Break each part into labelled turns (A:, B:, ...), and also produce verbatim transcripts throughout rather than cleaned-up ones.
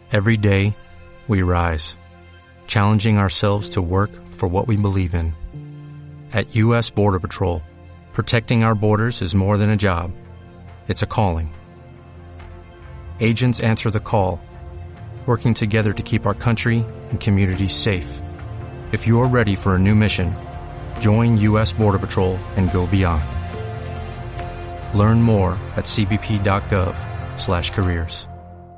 A: Every day, we rise, challenging ourselves to work for what we believe in. At U S Border Patrol, protecting our borders is more than a job. It's a calling. Agents answer the call, working together to keep our country and communities safe. If you're ready for a new mission, join U S Border Patrol and go beyond. Learn more at cbp.gov slash careers.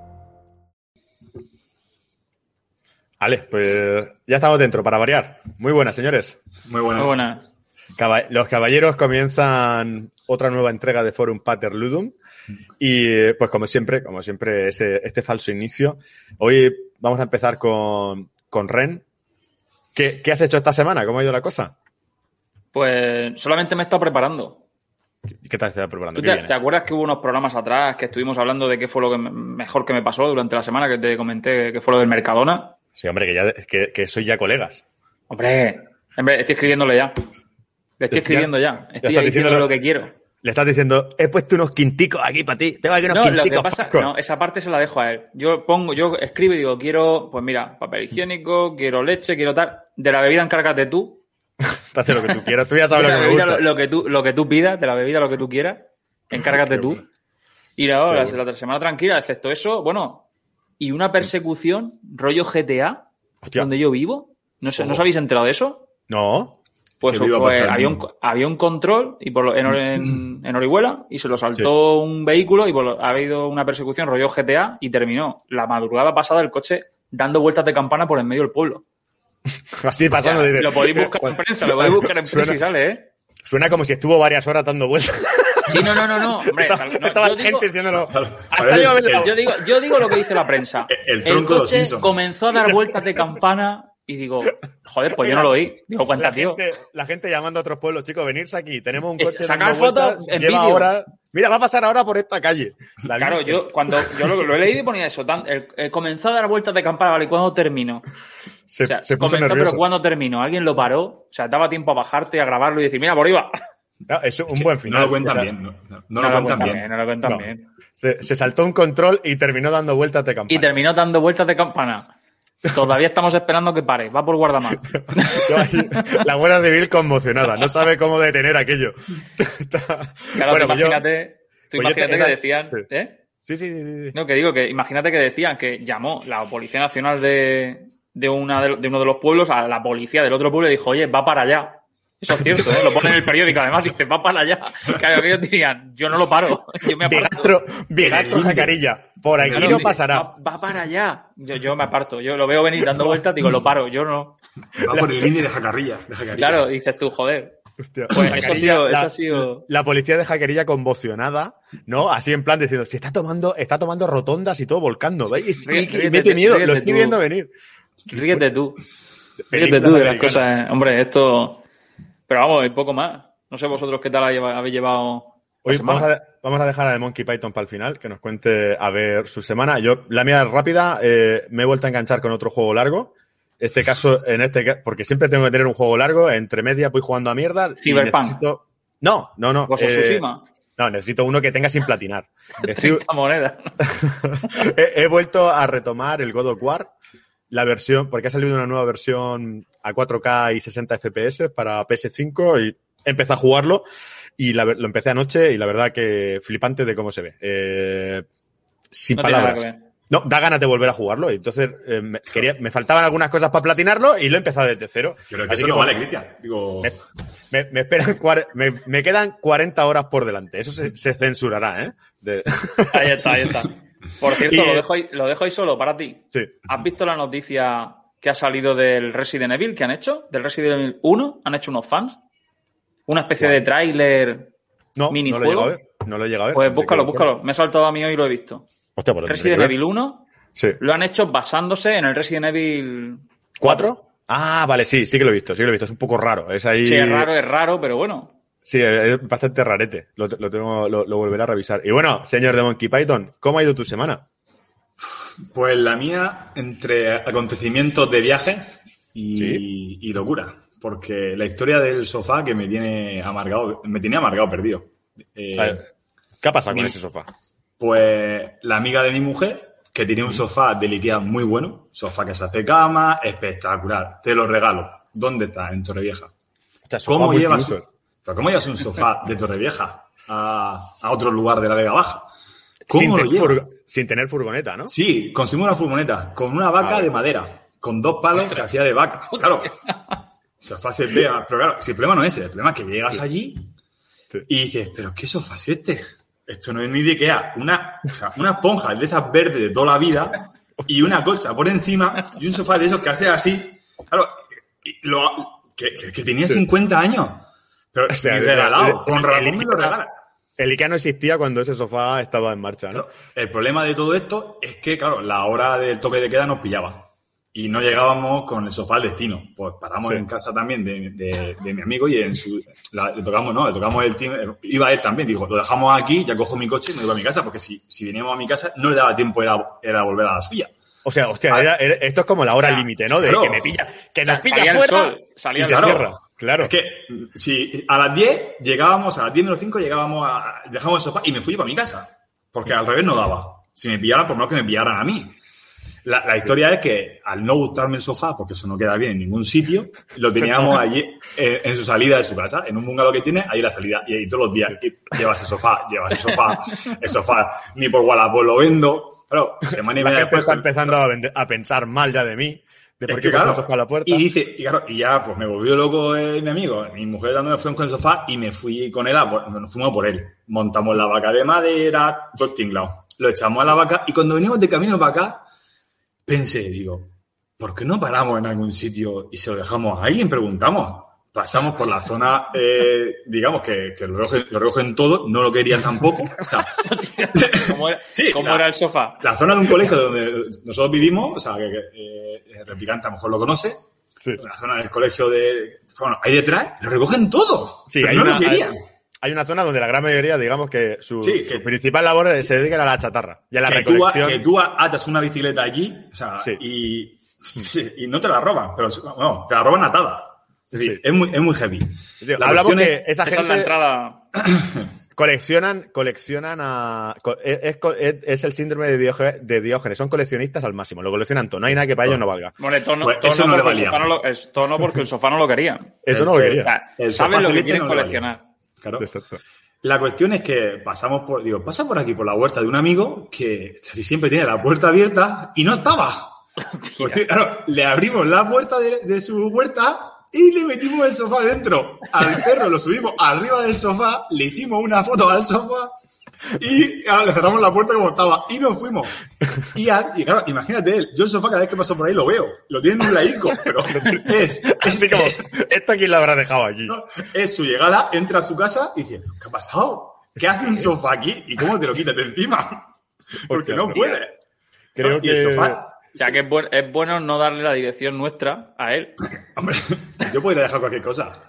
B: Vale, pues ya estamos dentro, para variar. Muy buenas, señores.
C: Muy buenas.
D: Muy buenas.
B: Caba- Los caballeros comienzan otra nueva entrega de Forum Pater Ludum. Y pues como siempre, como siempre, ese, este falso inicio. Hoy vamos a empezar con, con Ren. ¿Qué, ¿Qué has hecho esta semana? ¿Cómo ha ido la cosa?
D: Pues solamente me he estado preparando.
B: ¿Qué te has estado preparando?
D: ¿Tú
B: ¿Qué
D: te,
B: viene?
D: te acuerdas que hubo unos programas atrás que estuvimos hablando de qué fue lo que me- mejor que me pasó durante la semana, que te comenté que fue lo del Mercadona?
B: Sí, hombre, que ya que, que sois ya colegas.
D: Hombre, hombre, estoy escribiéndole ya. Le estoy
B: Ya-
D: escribiendo ya.
B: ya
D: Estoy
B: estás
D: ahí diciendo
B: diciéndolo.
D: lo que quiero.
B: Le estás diciendo, he puesto unos quinticos aquí para ti. Tengo aquí unos
D: No, lo
B: quinticos
D: que pasa,
B: frescos.
D: no, esa parte se la dejo a él. Yo pongo, yo escribo y digo, quiero, pues mira, papel higiénico, quiero leche, quiero tal. De la bebida encárgate tú.
B: Te hace lo que tú quieras. Tú ya sabes
D: De
B: lo
D: la
B: que me
D: bebida,
B: gusta.
D: lo, lo que tú, lo que tú pidas, de la bebida lo que tú quieras, encárgate
B: Qué
D: tú.
B: bueno.
D: Y la, la,
B: Qué bueno.
D: la semana tranquila, excepto eso, bueno, y una persecución rollo G T A,
B: Hostia.
D: donde yo vivo. ¿No, sé, ¿No os
B: Ojo.
D: habéis enterado de eso?
B: No.
D: Pues,
C: Que viva
D: pues,
C: por todo el
D: había, un,
C: mundo.
D: había un control y por lo- en, en, en Orihuela y se lo saltó un vehículo y por lo- ha habido una persecución rollo G T A y terminó la madrugada pasada el coche dando vueltas de campana por en medio del pueblo.
B: Así
D: O sea,
B: pasando. dice,
D: lo podéis buscar en prensa, lo podéis buscar en prensa y
B: Suena,
D: sale, ¿eh?
B: suena como si estuvo varias horas dando vueltas.
D: Sí, no, no, no, no. Hombre,
B: Estaba,
D: no,
B: estaba
D: yo
B: la
D: digo-
B: gente diciéndolo. Hasta
C: Parece
B: yo,
C: el-
D: Yo digo, yo digo lo que dice la prensa.
C: El tronco de los
D: coche
C: Simpsons.
D: comenzó a dar vueltas de campana y digo, joder, pues yo no lo oí. Digo, cuenta,
B: la,
D: tío.
B: gente, la gente llamando a otros pueblos, chicos, venirse aquí. Tenemos un
D: Es-
B: coche
D: sacar
B: dando
D: fotos
B: vueltas,
D: en
B: lleva
D: vídeo.
B: horas. Mira, va a pasar ahora por esta calle. La
D: Claro,
B: Virgen.
D: yo cuando yo lo, lo he leído y ponía eso, tan- el- el comenzó a dar vueltas de campana, vale, ¿y cuándo terminó?
B: Se,
D: O sea,
B: se puso
D: comenzó,
B: nervioso.
D: pero ¿cuándo terminó? ¿Alguien lo paró? O sea, daba tiempo a bajarte, a grabarlo y decir, mira, por ahí va.
B: Ah, es un buen final.
C: No lo cuentan
B: O sea,
C: bien. No, no- no lo cuentan bien.
D: No lo cuentan
B: No.
D: bien.
B: Se, se saltó un control y terminó dando vueltas de campana.
D: Y terminó dando vueltas de campana. Todavía estamos esperando que pare. Va por guardamar.
B: Yo ahí, la Guardia Civil conmocionada. No sabe cómo detener aquello. Está-
D: Claro,
B: Bueno,
D: tú
B: pues yo-
D: imagínate, tú
B: pues yo te-
D: imagínate
B: era-
D: que decían...
B: sí.
D: ¿Eh?
B: Sí, sí, sí, sí, sí.
D: No, que digo que imagínate que decían que llamó la Policía Nacional de, de, una de, de uno de los pueblos a la policía del otro pueblo y dijo, oye, va para allá. Eso es cierto, ¿eh? Lo pone en el periódico, además, dice, va para allá. Claro, que ellos dirían, yo no lo paro, yo me aparto.
B: Bigastro, Bigastro
C: En el
B: Jacarilla. Por aquí
D: Claro,
B: no
D: dice,
B: pasará.
D: Va, va para allá. Yo, yo me aparto, yo lo veo venir dando vueltas, digo, lo paro, yo no.
C: Va por el línea de Jacarrilla. De Jacarilla.
D: Claro, dices tú, joder.
B: Hostia,
D: Pues eso ha
B: Jacarilla,
D: sido- eso
B: la,
D: ha sido-
B: la policía de Jaquerilla conmocionada, ¿no? Así en plan diciendo, si está tomando, está tomando rotondas y todo volcando, ¿veis? Y, y- y
D: Ríete,
B: mete miedo,
D: ríete
B: lo estoy
D: tú.
B: viendo venir.
D: Ríete tú. Ríete
B: Películas
D: tú de las
B: americanas.
D: cosas, eh. Hombre, esto... Pero vamos, hay poco más. No sé vosotros qué tal ha lleva- habéis llevado la
B: Hoy
D: semana.
B: vamos a, vamos a dejar a The Monkey Python para el final, que nos cuente a ver su semana. Yo, la mía es rápida, eh, me he vuelto a enganchar con otro juego largo. Este caso, en este ca- porque siempre tengo que tener un juego largo, entre media voy jugando a mierda. y
D: Cyberpunk.
B: necesito- No, no, no.
D: Ghost of
B: eh,
D: Tsushima.
B: no, necesito uno que tenga sin platinar. Estoy-
D: treinta monedas.
B: he, he vuelto a retomar el God of War, la versión, porque ha salido una nueva versión a cuatro K y sesenta F P S para P S cinco y empecé a jugarlo y la ver- lo empecé anoche y la verdad que flipante de cómo se ve. Eh, sin
D: No tiene nada
B: palabras.
D: que ver.
B: No, da ganas de volver a jugarlo. Y entonces eh, me, quería, me faltaban algunas cosas para platinarlo y lo he empezado desde cero.
C: Pero que
B: Así
C: eso no
B: bueno,
C: vale, Cristian. Digo,
B: me, me, me esperan cuare- me, me quedan cuarenta horas por delante. Eso se, se censurará, ¿eh? De-
D: Ahí está, ahí está. Por cierto,
B: Y,
D: lo,
B: eh,
D: dejo ahí, lo dejo ahí solo para ti.
B: sí.
D: ¿Has visto la noticia que ha salido del Resident Evil que han hecho? Del Resident Evil uno, han hecho unos fans. Una especie de tráiler.
B: No, no lo he
D: Minijuego.
B: llegado a ver. No lo he llegado a ver.
D: Pues
B: Así
D: búscalo,
B: que-
D: búscalo. Me he saltado a mí hoy y lo he visto.
B: Hostia, pues lo tendré
D: Resident
B: que ver.
D: Evil uno
B: Sí.
D: lo han hecho basándose en el Resident Evil
B: ¿Cuatro? Ah, vale, sí, sí que lo he visto, sí que lo he visto. Es un poco raro. Es ahí.
D: Sí, es raro, es raro, pero bueno.
B: Sí, es bastante rarete. Lo, lo tengo, lo, lo volveré a revisar. Y bueno, señor de Monkey Python, ¿cómo ha ido tu semana?
C: pues la mía, entre acontecimientos de viaje y,
B: Sí.
C: y locura. Porque la historia del sofá que me tiene amargado, me tiene amargado perdido. Eh,
B: A ver, ¿qué ha pasado con
C: mi-
B: ese sofá?
C: Pues la amiga de mi mujer, que tenía un sofá del Ikea muy bueno, sofá que se hace cama, espectacular, te lo regalo. ¿Dónde está? En Torrevieja.
B: O sea, sofá
C: ¿Cómo llevas,
B: multiuso.
C: pero ¿cómo llevas un sofá de Torrevieja a, a otro lugar de la Vega Baja?
B: Sin,
C: ¿Cómo lo
B: te-
C: llevas?
B: furgo- sin tener furgoneta, ¿no?
C: Sí, conseguimos una furgoneta con una vaca
B: Ah,
C: de madera, con dos palos que hacía de vaca. Claro, sofá se pega. Pero claro, si el problema no es ese, el problema es que llegas allí
B: Sí.
C: y dices, ¿pero qué sofá es este? Esto no es ni de Ikea. Una, o sea, una esponja de esas verdes de toda la vida y una colcha por encima y un sofá de esos que hace así. Claro, y lo, que, que, que tenía cincuenta años. Pero
B: O sea,
C: ni
B: el-
C: regalado.
B: el-
C: Con
B: el
C: razón me lo
B: Ikea-
C: regalan.
B: El Ikea no existía cuando ese sofá estaba en marcha, ¿no?
C: Claro, el problema de todo esto es que, claro, la hora del toque de queda nos pillaba. Y no llegábamos con el sofá al destino. Pues paramos
B: Sí.
C: en casa también de, de, de mi amigo y en su, la- le tocamos, no, le tocamos el team, iba él también. Digo, lo dejamos aquí, ya cojo mi coche y me voy a mi casa, porque si, si veníamos a mi casa no le daba tiempo, era, era volver a la suya.
B: O sea, hostia,
C: Ah.
B: era- era- esto es como la hora
D: Claro.
B: límite, ¿no? De
C: Claro.
B: que me pilla, que
D: O sea,
B: nos pilla
D: salía el
B: fuera
D: sol, salía
B: y
D: el
B: se
C: sol.
B: cierra. Claro.
C: Es que si a las diez llegábamos, a las diez menos cinco llegábamos a, dejamos el sofá y me fui para mi casa. Porque al revés no daba. Si me pillaran, por lo menos que me pillaran a mí. La, la historia es que al no gustarme el sofá, porque eso no queda bien en ningún sitio, lo teníamos allí eh, en su salida de su casa, en un bungalow que tiene, ahí la salida. Y, ahí todos los días, y llevas el sofá, llevas el sofá, el sofá, ni por Wallapop lo vendo. Claro, semana y
B: La
C: media
B: gente
C: después.
B: está empezando a, vende- a pensar mal ya de mí, de por
C: Es
B: qué
C: que,
B: pongo
C: claro,
B: el sofá a la puerta.
C: Y dice, y claro, y ya pues me volvió loco eh, mi amigo, mi mujer dándome opción con el sofá y me fui con él, a, por- nos fuimos por él. Montamos la vaca de madera, todo tinglado. Lo echamos a la vaca y cuando venimos de camino para acá, pensé, digo, ¿por qué no paramos en algún sitio y se lo dejamos ahí? Y preguntamos. Pasamos por la zona, eh, digamos, que, que lo, recogen, lo recogen todo, no lo querían tampoco. O sea,
D: ¿Cómo era,
C: Sí,
D: cómo
C: la-
D: era el sofá?
C: la zona de un colegio donde nosotros vivimos, o sea, que, que eh, el replicante a lo mejor lo conoce,
B: Sí.
C: la zona del colegio de, bueno, ahí detrás, lo recogen todo.
B: Sí,
C: pero
B: hay
C: no
B: una-
C: lo querían.
B: hay- Hay una zona donde la gran mayoría, digamos que su,
C: Sí, que-
B: su principal labor es- se dedica a la chatarra y a la
C: Que tú,
B: recolección.
C: que tú atas una bicicleta allí, o sea,
B: Sí.
C: y, y no te la roban, pero bueno, te la roban atada. Es decir,
B: Sí.
C: es muy, es muy heavy.
B: Tío,
C: La
B: hablamos
C: cuestión
B: que
C: es-
B: esa
D: Esa es la
B: gente
D: entrada.
B: coleccionan, coleccionan a, co- es, es co- es- es el síndrome de Diógenes, de Diógenes, son coleccionistas al máximo, lo coleccionan todo, no hay nada que para ellos no valga.
D: Bueno, todo no,
C: Pues
D: todo
C: eso
D: no
C: no le
D: porque el
C: valía.
D: sofá no lo, es- todo no porque el sofá no lo querían.
B: Eso
C: El
B: no lo
C: que-
B: quería.
D: O sea,
C: El
D: saben
C: sofá
D: lo que
C: celeste
D: quieren
C: no le valía.
D: coleccionar.
C: Claro.
B: Exacto.
C: La cuestión es que pasamos por, digo, pasa por aquí por la huerta de un amigo que casi siempre tiene la puerta abierta y no estaba. Pues, tío, claro, le abrimos la puerta de, de su huerta y le metimos el sofá dentro. Al perro lo subimos arriba del sofá, le hicimos una foto al sofá y claro, le cerramos la puerta como estaba y nos fuimos. Y, a- y claro, imagínate él, yo el sofá cada vez que paso por ahí lo veo, lo tiene en un laico, pero es, es,
B: Así como, ¿esto quién lo habrá dejado aquí?
C: no, es su llegada, entra a su casa y dice, ¿qué ha pasado? ¿Qué hace un sofá aquí? ¿Y cómo te lo quitas de encima? Porque
B: Hostia,
C: no
B: no.
C: puede.
B: Creo
C: Y el
B: que-
C: sofá,
D: O sea, que es, buen- es bueno no darle la dirección nuestra a él.
C: hombre, yo podría dejar cualquier cosa.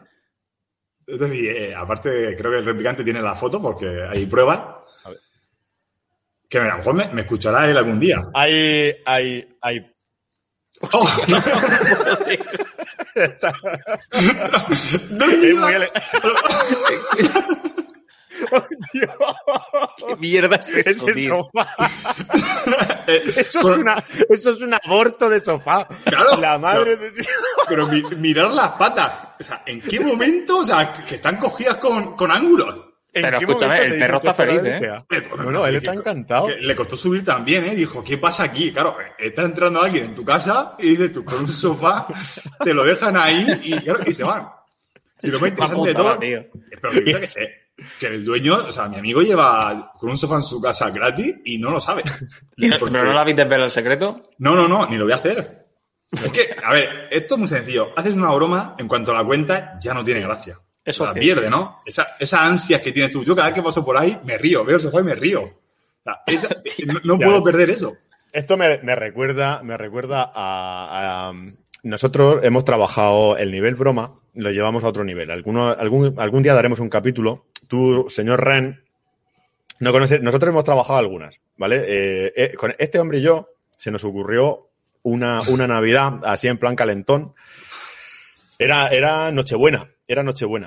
C: Es decir, eh, aparte, creo que el replicante tiene la foto porque hay pruebas.
B: A ver.
C: Que a lo mejor me, me escuchará él algún día.
B: Hay, hay, hay.
C: ¡Oh! ¿Dónde
B: Es
C: iba?
B: muy ele- ¡Oh, Dios!
D: ¿Qué mierda es eso,
B: Ese
D: tío?
B: sofá.
C: Eh,
B: Eso
C: con-
B: es, una, eso es un aborto de sofá.
C: Claro,
B: La madre
C: pero-
B: de Dios.
C: Pero mi- mirar las patas. O sea, ¿en qué momento? O sea, que están cogidas con, con ángulos.
B: ¿En
D: Pero
B: qué
D: escúchame,
B: momento
D: el
B: te
D: perro
B: dices
D: está
B: que fuera
D: feliz,
B: de
D: ¿eh?
B: Ikea?
C: Eh, pues,
B: No, no, él
C: que-
B: está
C: que-
B: encantado.
C: que le costó subir también, ¿eh? Dijo, ¿qué pasa aquí? Claro, está entrando alguien en tu casa y dices tú, con un sofá, te lo dejan ahí y, claro, y se van. Si lo más interesante de
D: putada,
C: todo,
D: tío.
C: pero que, yo qué sé, que el dueño, o sea, mi amigo lleva con un sofá en su casa gratis y no lo sabe.
D: ¿Y no-
C: Porque-
D: ¿Pero no la habéis desvelado el secreto?
C: no, no, no, ni lo voy a hacer. Es que, a ver, esto es muy sencillo. Haces una broma, en cuanto a la cuenta, ya no tiene gracia.
D: Eso
C: la
D: sí.
C: pierde, ¿no? Esa, esas ansias que tienes tú. Yo cada vez que paso por ahí, me río, veo el sofá y me río. O sea, esa- no no
B: Ya
C: puedo
B: ves.
C: perder eso.
B: Esto me, me recuerda, me recuerda a, a- nosotros hemos trabajado el nivel broma, lo llevamos a otro nivel. Alguno, algún, algún día daremos un capítulo. Tú, señor Ren, no conoces, nosotros hemos trabajado algunas, ¿vale? Eh, eh, con este hombre y yo se nos ocurrió una, una Navidad así en plan calentón. Era, era Nochebuena, era Nochebuena.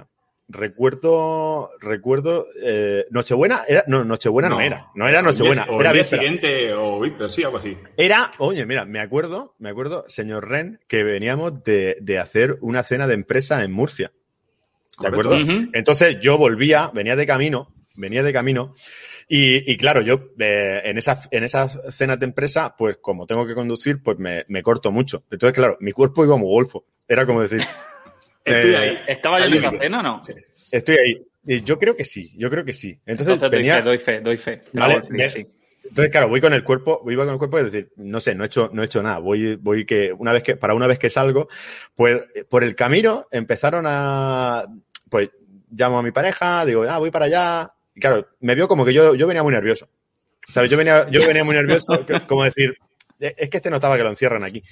B: recuerdo, recuerdo, eh, Nochebuena, era, no, Nochebuena no, no era, no era Nochebuena,
C: o
B: era
C: el día
B: víspera.
C: siguiente, o víspera, sí, algo así.
B: Era, oye, mira, me acuerdo, me acuerdo, señor Ren, que veníamos de, de hacer una cena de empresa en Murcia. ¿De acuerdo?
D: Uh-huh.
B: Entonces yo volvía, venía de camino, venía de camino, y, y claro, yo eh, en esas en esas cenas de empresa, pues como tengo que conducir, pues me, me corto mucho. Entonces, claro, mi cuerpo iba muy golfo. Era como decir...
C: Estoy
B: eh,
C: ahí.
D: ¿Estaba yo en esa cena o no?
C: Sí.
B: Estoy ahí. Y yo creo que sí, yo creo que sí. Entonces,
D: Entonces
B: venía...
D: doy fe, doy fe, doy fe.
B: Vale,
D: Luego,
B: me-
D: sí.
B: Entonces, claro, voy con el cuerpo, voy con el cuerpo y decir, no sé, no he hecho, no he hecho nada. Voy, voy que, una vez que, para una vez que salgo, pues, por el camino empezaron a, pues, llamo a mi pareja, digo, ah, voy para allá. Y claro, me vio como que yo, yo venía muy nervioso. ¿Sabes? Yo venía, yo venía muy nervioso, como decir, es que este notaba que lo encierran aquí.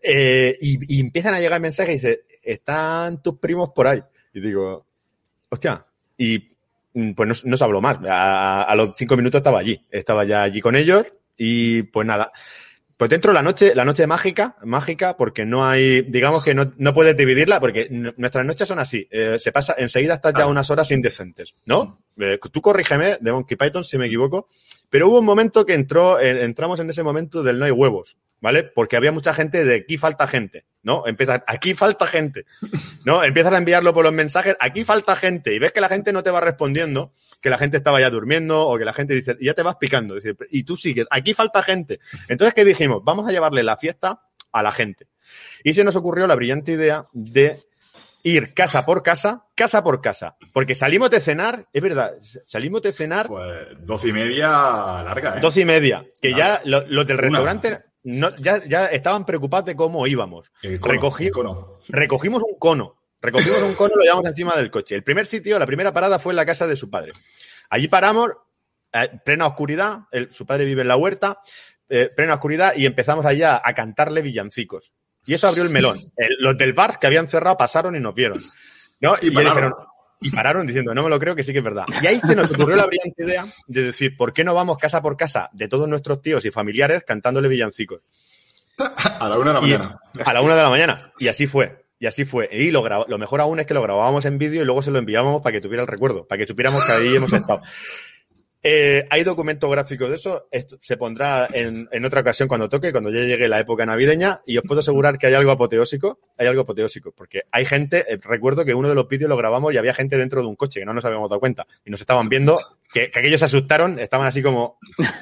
B: Eh, y, y empiezan a llegar mensajes y dice, están tus primos por ahí. Y digo, hostia, y pues no, no se habló más. A, a los cinco minutos estaba allí. Estaba ya allí con ellos y pues nada. Pues dentro de la noche, la noche mágica, mágica, porque no hay, digamos que no, no puedes dividirla, porque n- nuestras noches son así. Eh, se pasa, enseguida estás ya unas horas indecentes, ¿no? Eh, tú corrígeme de Monkey Python si me equivoco, pero hubo un momento que entró, eh, entramos en ese momento del no hay huevos, ¿vale? Porque había mucha gente de aquí falta gente, ¿no? Empiezas, aquí falta gente, ¿no? Empiezas a enviarlo por los mensajes, aquí falta gente, y ves que la gente no te va respondiendo, que la gente estaba ya durmiendo, o que la gente dice, y ya te vas picando, dice, y tú sigues, aquí falta gente. Entonces, ¿qué dijimos? Vamos a llevarle la fiesta a la gente. Y se nos ocurrió la brillante idea de ir casa por casa, casa por casa. Porque salimos de cenar, es verdad, salimos de cenar
C: Pues doce y media larga, ¿eh?
B: dos y media, que
C: Nada.
B: ya lo- los del
C: Una.
B: restaurante no, ya, ya estaban preocupados de cómo íbamos.
C: El cono,
B: Recogí-
C: el cono.
B: Recogimos un cono. Recogimos un cono y lo llevamos encima del coche. El primer sitio, la primera parada fue en la casa de su padre. Allí paramos, eh, plena oscuridad, el- su padre vive en la huerta, eh, plena oscuridad, y empezamos allá a cantarle villancicos. Y eso abrió el melón. El- los del bar que habían cerrado pasaron y nos vieron. ¿No?
C: Y
B: Y, ya
C: pararon.
B: dijeron, y pararon diciendo, no me lo creo, que sí que es verdad. Y ahí se nos ocurrió la brillante idea de decir, ¿por qué no vamos casa por casa de todos nuestros tíos y familiares cantándole villancicos?
C: A la una de la
B: Y
C: mañana.
B: a la una de la mañana. Y así fue. Y así fue. Y lo, grab- lo mejor aún es que lo grabábamos en vídeo y luego se lo enviábamos para que tuviera el recuerdo, para que supiéramos que ahí hemos estado. Eh, hay documento gráfico de eso. Esto se pondrá en, en otra ocasión cuando toque, cuando ya llegue la época navideña. Y os puedo asegurar que hay algo apoteósico. Hay algo apoteósico. Porque hay gente, eh, recuerdo que uno de los vídeos lo grabamos y había gente dentro de un coche que no nos habíamos dado cuenta. Y nos estaban viendo, que, que aquellos se asustaron, estaban así como,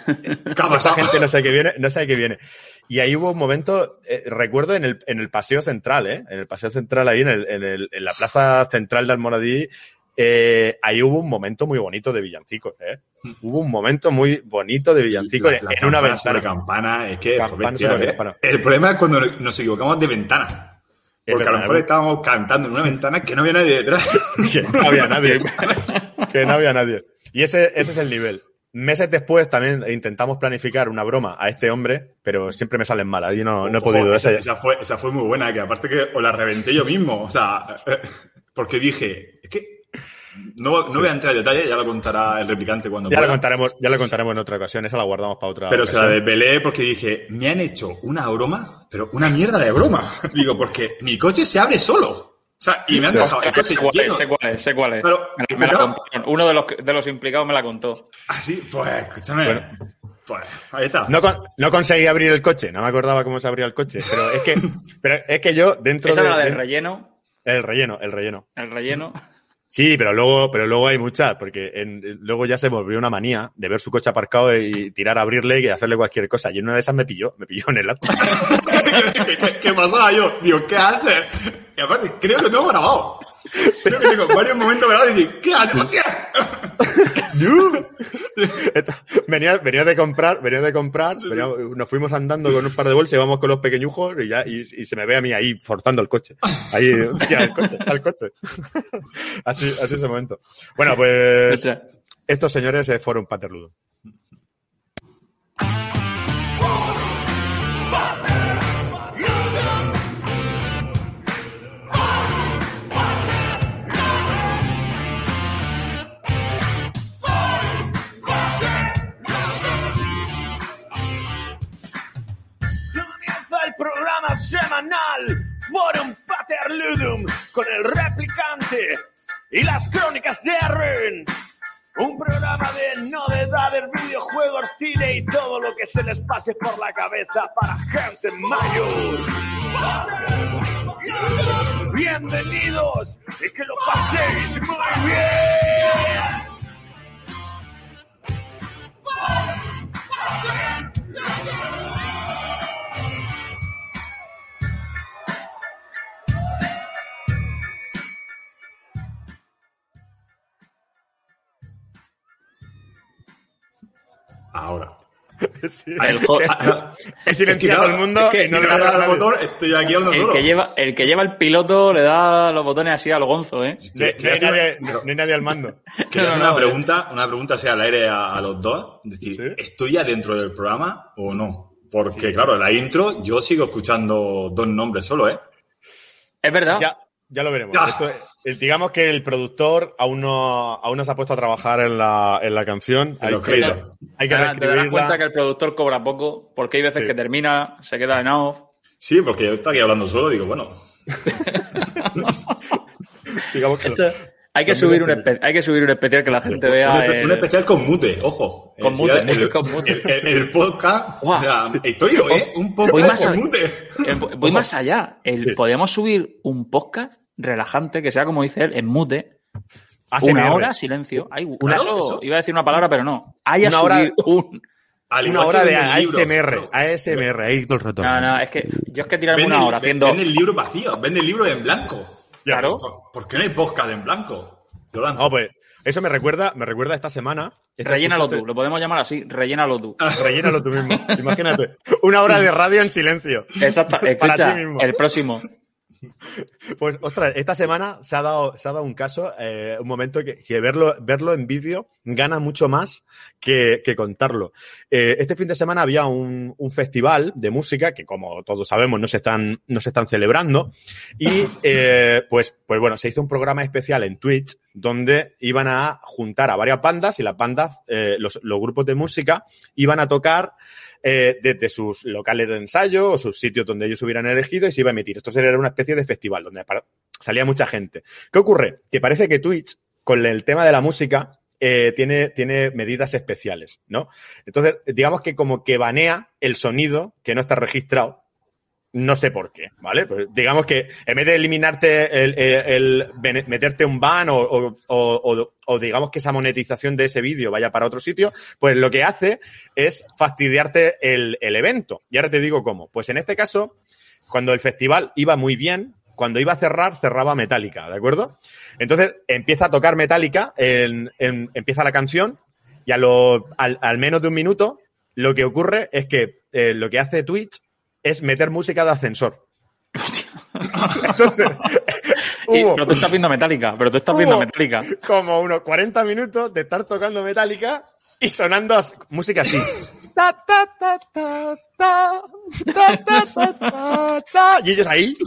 B: esa gente no sé qué viene, no sé qué viene. Y ahí hubo un momento, eh, recuerdo en el, en el paseo central, ¿eh? En el paseo central ahí, en, el, en, el, en la plaza central de Almoradí, eh, ahí hubo un momento muy bonito de villancicos, ¿eh? Hubo un momento muy bonito de villancicos
C: La-
B: en,
C: la
B: en una
C: campana sobre
B: ventana.
C: campana, es que
B: Campana
C: fue bestial,
B: sobre
C: ¿eh?
B: campana.
C: El problema es cuando nos equivocamos de ventana.
B: Es
C: Porque a lo
B: verdad,
C: mejor
B: ¿eh?
C: estábamos cantando en una ventana que no había nadie detrás.
B: Que no había nadie. Que no había nadie. Y ese, ese es el nivel. Meses después también intentamos planificar una broma a este hombre, pero siempre me salen mal. Ahí no, no he
C: Ojo,
B: podido.
C: esa,
B: Esa-
C: esa fue, esa fue muy buena, que aparte que os la reventé yo mismo. O sea, eh, porque dije, es que no, no voy a entrar en detalle, ya lo contará el replicante cuando
B: Ya lo
C: pueda.
B: contaremos, ya lo contaremos en otra ocasión. Esa la guardamos para otra
C: Pero se la
B: ocasión.
C: desvelé porque dije, me han hecho una broma, pero una mierda de broma. Digo, porque mi coche se abre solo. O sea, y me han dejado el coche
D: Sé cuál
C: lleno.
D: es, sé cuál es, sé cuál es.
C: Pero,
D: me la, me la
C: claro.
D: contaron. Uno de los, de los implicados me la contó.
C: Así, pues, escúchame.
B: Bueno.
C: Pues, ahí está.
B: No, con- no conseguí abrir el coche, no me acordaba cómo se abría el coche, pero es que, pero es que yo dentro
D: Esa
B: de,
D: era la del
B: de-
D: relleno.
B: el relleno, el relleno.
D: El relleno.
B: Sí, pero luego, pero luego hay muchas, porque en- luego ya se volvió una manía de ver su coche aparcado y tirar a abrirle y hacerle cualquier cosa. Y en una de esas me pilló, me pilló en el acto.
C: ¿Qué, qué, qué pasaba yo? Digo, ¿qué haces? Y aparte, creo que tengo grabado. Creo que tengo varios momentos grabados y digo, ¿qué haces, hostia?
B: Esto- venía, venía de comprar, venía de comprar,
C: Sí,
B: venía- nos fuimos andando con un par de bolsas, íbamos con los pequeñujos y ya, y, y se me ve a mí ahí forzando el coche. Ahí, hostia, al coche, al coche. Así, así ese momento. Bueno, pues,
D: O sea,
B: estos señores eh, fueron paterludo.
E: Comienza el programa semanal Forum Paterludum con el replicante y las crónicas de Arwen. Un programa de novedades, videojuegos, cine y todo lo que se les pase por la cabeza para gente mayor. Bienvenidos y que lo paséis muy bien.
C: Ahora.
B: Sí.
D: El jo-
B: He silenciado a todo el mundo
C: Es que
B: y no
C: no
B: le
C: le
B: he dado
C: al
B: al
C: botón, estoy aquí hablando
D: el,
C: solo.
D: que lleva, el que lleva el piloto le da los botones así a lo gonzo, ¿eh?
B: No, no hay nadie, no hay nadie al mando.
C: Quería
D: No,
C: hacer
D: no,
C: una
D: no,
C: pregunta, una pregunta así al aire a, a los dos. Es decir,
B: ¿Sí?
C: ¿estoy ya dentro del programa o no? Porque, claro, en la intro yo sigo escuchando dos nombres solo, ¿eh?
D: Es verdad.
B: Ya, ya lo veremos.
C: Ya.
B: Esto es- eh, digamos que el productor aún no, aún no se ha puesto a trabajar en la, en la canción.
C: En
B: Hay
C: los
B: que,
C: créditos.
B: hay que
D: Te darás cuenta que
B: reescribirla.
D: el productor cobra poco, porque hay veces
B: Sí.
D: que termina, se queda en off.
C: Sí, porque yo estaba aquí hablando solo, digo, bueno.
B: Digamos que
D: Esto- hay, que subir un espe- hay que subir un especial que la gente
C: un,
D: vea.
C: espe-
D: el-
C: un especial con mute, ojo.
D: Con
C: Eh,
D: mute,
C: el,
D: mute, con mute.
C: El, el- el podcast,
D: Guau.
C: o sea, histórico, ¿eh? Un podcast
D: Voy más
C: con
D: a-
C: mute.
D: Eh, voy- voy más allá. El,
B: Sí.
D: Podemos subir un podcast relajante que sea, como dice él, en mute.
B: A S M R.
D: Una hora, silencio. Ay, una,
C: Claro,
D: eso-
C: eso.
D: iba a decir una palabra, pero no. Hay a
B: Una hora-
D: subir un...
C: Al
B: Una
C: igual
B: hora
C: que
B: de
C: venden libros,
B: A S M R.
C: claro.
B: A S M R, ahí todo el rato.
D: No, no, es que yo es que tirarme
C: Venden,
D: una hora haciendo...
C: venden libros vacíos, venden libros en blanco.
D: Claro.
C: ¿Por, por qué no hay podcast en blanco? Lo lanzo.
B: No, pues eso me recuerda, me recuerda esta semana. Esta-
D: Rellénalo
B: justo
D: tú, lo podemos llamar así, rellénalo tú.
B: te- Rellénalo tú mismo. Imagínate. Una hora de radio en silencio.
D: Exacto,
B: Para
D: escucha,
B: ti mismo.
D: el próximo.
B: Pues, ostras, esta semana se ha dado, se ha dado un caso, eh, un momento que, que verlo, verlo en vídeo gana mucho más que, que contarlo. Eh, este fin de semana había un, un festival de música que, como todos sabemos, no se están, no se están celebrando. Y, eh, pues, pues bueno, se hizo un programa especial en Twitch donde iban a juntar a varias bandas y las bandas, eh, los, los grupos de música, iban a tocar eh, desde sus locales de ensayo o sus sitios donde ellos hubieran elegido y se iba a emitir. Esto era una especie de festival donde para- salía mucha gente. ¿Qué ocurre? Que parece que Twitch, con el tema de la música, eh, tiene, tiene medidas especiales, ¿no? Entonces, digamos que como que banea el sonido que no está registrado. No sé por qué, ¿vale? Pues digamos que en vez de eliminarte el, el, el meterte un ban o, o, o, o digamos que esa monetización de ese vídeo vaya para otro sitio, pues lo que hace es fastidiarte el, el evento. Y ahora te digo cómo. Pues en este caso, cuando el festival iba muy bien, cuando iba a cerrar, cerraba Metallica, ¿de acuerdo? Entonces empieza a tocar Metallica, en, en, empieza la canción y a lo, al, al menos de un minuto lo que ocurre es que eh, lo que hace Twitch es meter música de ascensor. Entonces,
D: Y-
B: hubo
D: pero tú estás viendo Metallica, pero tú estás viendo
B: Hubo-
D: Metallica.
B: como unos cuarenta minutos de estar tocando Metallica y sonando as- música así. Ta, ta, ta, ta, ta, ta, ta, ta, ta, ta. Y ellos ahí.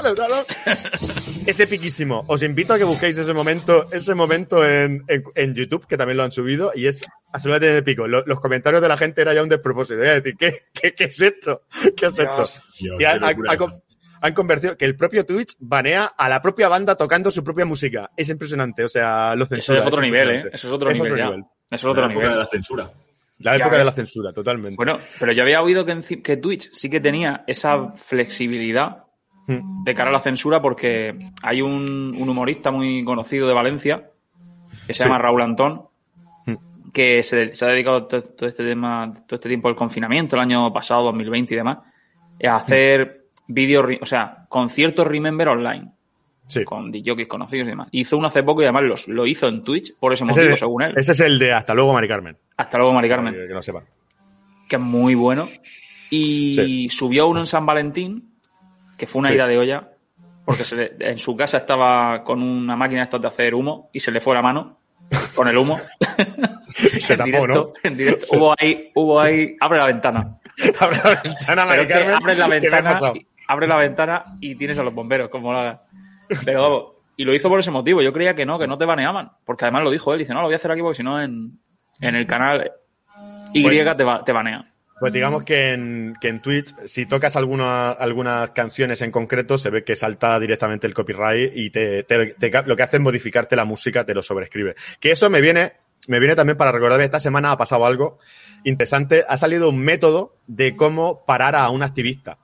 B: Es epiquísimo. Os invito a que busquéis ese momento, ese momento en, en, en YouTube, que también lo han subido, y es absolutamente épico. Lo- los comentarios de la gente era ya un despropósito. Es decir, ¿qué, qué, qué es esto? ¿Qué es esto?
C: Dios,
B: Y
C: qué
B: ha- ha-
C: locura
B: ha
C: eso.
B: con- han convertido que el propio Twitch banea a la propia banda tocando su propia música. Es impresionante. O sea, lo
D: Eso
B: censura.
D: es otro nivel, ¿eh?
B: impresionante.
D: Eso es otro nivel ya. Eso es otro
C: La época
D: nivel.
C: de la censura.
B: La
D: Ya
B: época
D: ves.
B: de la censura, totalmente.
D: Bueno, pero yo había oído que, en- que Twitch sí que tenía esa flexibilidad
B: Mm.
D: de cara a la censura porque hay un, un humorista muy conocido de Valencia que se
B: Sí.
D: llama Raúl Antón
B: Mm.
D: que se, se ha dedicado todo, todo este tema, todo este tiempo del confinamiento, el año pasado, dos mil veinte y demás, a hacer vídeos, re- o sea, conciertos Remember online
B: Sí.
D: con D Js conocidos y demás. Hizo uno hace poco y además los, lo hizo en Twitch por ese motivo,
B: Ese,
D: según él.
B: ese es el de Hasta luego, Mari Carmen.
D: Hasta luego, Mari Carmen.
B: Que, que no sepa.
D: Que es muy bueno. Y
B: Sí.
D: subió uno en San Valentín, que fue una
B: Sí.
D: ida de olla, porque se le- en su casa estaba con una máquina esta de hacer humo y se le fue la mano con el humo.
B: Se
D: en
B: tapó,
D: directo,
B: ¿no?
D: en directo. Hubo ahí, hubo ahí, abre la ventana.
B: Abre la ventana,
D: Pero
B: Mari
D: es que
B: Carmen.
D: abre la
B: ¿qué me ha
D: ventana,
B: pasado?
D: y- abre la ventana y tienes a los bomberos, como lo hagas. Pero vamos, y lo hizo por ese motivo. Yo creía que no, que no te baneaban. Porque además lo dijo él. Dice, no, lo voy a hacer aquí porque si no en, en el canal Y
B: Pues-
D: te, va, te banea.
B: Pues digamos que en, que en Twitch, si tocas alguna, algunas canciones en concreto, se ve que salta directamente el copyright y te, te, te, lo que hace es modificarte la música, te lo sobreescribe. Que eso me viene, me viene también para recordar que esta semana ha pasado algo interesante. Ha salido un método de cómo parar a un activista.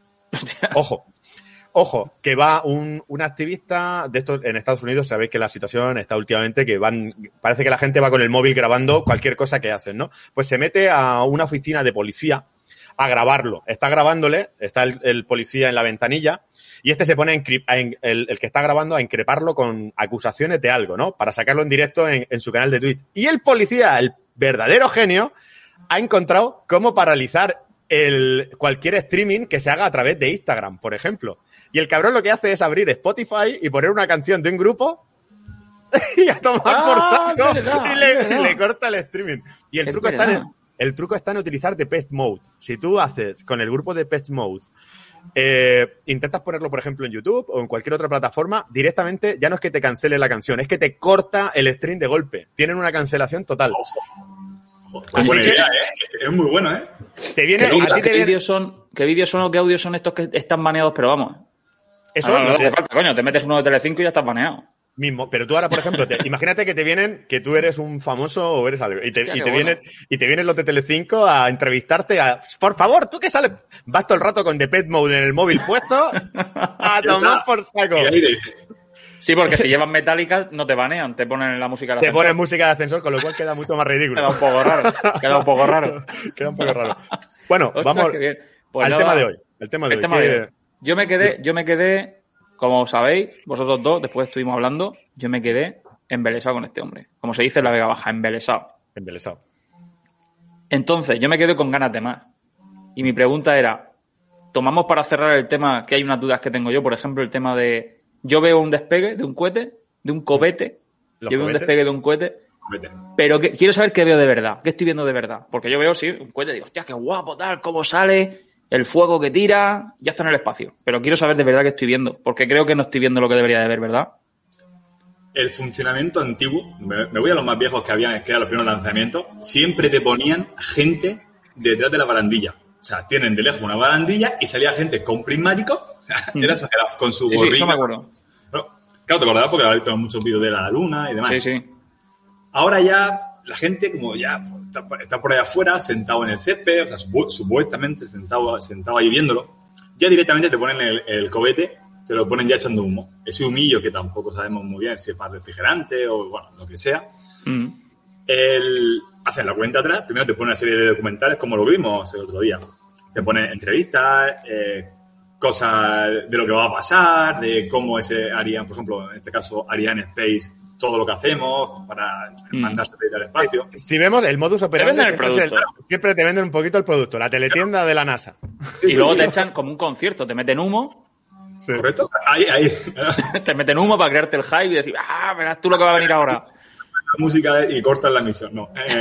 B: Ojo. Ojo, que va un, un activista de estos en Estados Unidos, sabéis que la situación está últimamente que van, parece que la gente va con el móvil grabando cualquier cosa que hacen, ¿no? Pues se mete a una oficina de policía a grabarlo. Está grabándole, está el, el policía en la ventanilla y este se pone a incri- a in- el, el que está grabando a increparlo con acusaciones de algo, ¿no? Para sacarlo en directo en, en su canal de Twitch. Y el policía, el verdadero genio, ha encontrado cómo paralizar el, cualquier streaming que se haga a través de Instagram, por ejemplo. Y el cabrón lo que hace es abrir Spotify y poner una canción de un grupo y a tomar
D: Ah,
B: por saco
D: verdad,
B: y le,
D: verdad.
B: le corta el streaming. Y el
D: Es
B: truco, está en,
D: verdad.
B: el truco está en utilizar Depeche Mode. Si tú haces con el grupo Depeche Mode, eh, intentas ponerlo, por ejemplo, en YouTube o en cualquier otra plataforma, directamente ya no es que te cancele la canción, es que te corta el stream de golpe. Tienen una cancelación total.
C: Joder,
B: Así
C: buena
B: que-
C: idea, ¿eh? Es muy bueno, ¿eh?
B: Te viene,
D: ¿Qué,
B: a ti te
D: qué
B: viene,
D: vídeos son, ¿Qué vídeos son o qué audios son estos que están baneados? Pero vamos.
B: eso
D: Ah, no, no,
B: no
D: no
B: te-
D: hace falta, coño. Te metes uno de Telecinco y ya estás baneado.
B: mismo, pero tú ahora, por ejemplo, te, imagínate que te vienen, que tú eres un famoso o eres algo, y te,
D: Hostia,
B: y
D: qué
B: te
D: bueno.
B: vienen, y te vienen los de Telecinco a entrevistarte a, por favor, tú que sales, vas todo el rato con Depeche Mode en el móvil puesto, a tomar por saco.
C: Y ahí le-
D: Sí, porque si llevas Metallica no te banean, te ponen la música de la
B: Te
D: ascensor.
B: pones música de ascensor, con lo cual queda mucho más
D: Queda
B: ridículo.
D: un poco raro. Queda un poco raro.
B: Queda un poco raro. Bueno,
D: Ostras,
B: vamos
D: qué bien. Pues
B: al
D: nada,
B: tema de hoy. El tema de
D: el
B: hoy.
D: tema
B: que-
D: de hoy. Yo me quedé, yo me quedé, como sabéis, vosotros dos, después estuvimos hablando, yo me quedé embelesado con este hombre. Como se dice en la Vega Baja, embelesado.
B: Embelesado.
D: Entonces, yo me quedé con ganas de más. Y mi pregunta era, tomamos para cerrar el tema, que hay unas dudas que tengo yo, por ejemplo, el tema de, yo veo un despegue de un cohete, de un cohete,
B: ¿Los
D: yo veo un
B: cohetes?
D: despegue de un cohete,
C: Vete.
D: pero que, quiero saber qué veo de verdad, qué estoy viendo de verdad. Porque yo veo, sí, un cohete y digo, hostia, qué guapo, tal, cómo sale, el fuego que tira, ya está en el espacio. Pero quiero saber de verdad qué estoy viendo, porque creo que no estoy viendo lo que debería de ver, ¿verdad?
C: El funcionamiento antiguo, me, me voy a los más viejos que habían, que eran los primeros lanzamientos, siempre te ponían gente detrás de la barandilla. O sea, tienen de lejos una barandilla y salía gente con prismáticos, o sea, era exagerado, con su
D: Sí, sí,
C: gorrita.
D: eso me acuerdo.
C: Bueno, claro, te acordarás porque habéis visto muchos vídeos de la luna y demás.
D: Sí, sí.
C: Ahora ya la gente como ya está, está por ahí afuera, sentado en el césped, o sea, supu- supuestamente sentado, sentado ahí viéndolo, ya directamente te ponen el, el cohete, te lo ponen ya echando humo. Ese humillo que tampoco sabemos muy bien si es para refrigerante o bueno, lo que sea.
D: Mm.
C: El, hacen la cuenta atrás, primero te ponen una serie de documentales como lo vimos el otro día. Te ponen entrevistas, eh, cosas de lo que va a pasar, de cómo ese harían, por ejemplo, en este caso Ariane Space, todo lo que hacemos para
D: Mm.
C: mandar satélite al espacio.
B: Si vemos el modus operandi,
D: venden el
B: siempre, es el-
D: producto.
B: siempre te venden un poquito el producto, la teletienda de la NASA.
C: Sí,
D: Y
C: sí,
D: luego
C: sí,
D: te echan como un concierto, te meten humo,
B: Sí.
C: ¿correcto? Ahí, ahí.
D: te meten humo para crearte el hype y decir, ah, verás tú lo que va a venir ahora.
C: La música y cortan la emisión. No. Eh,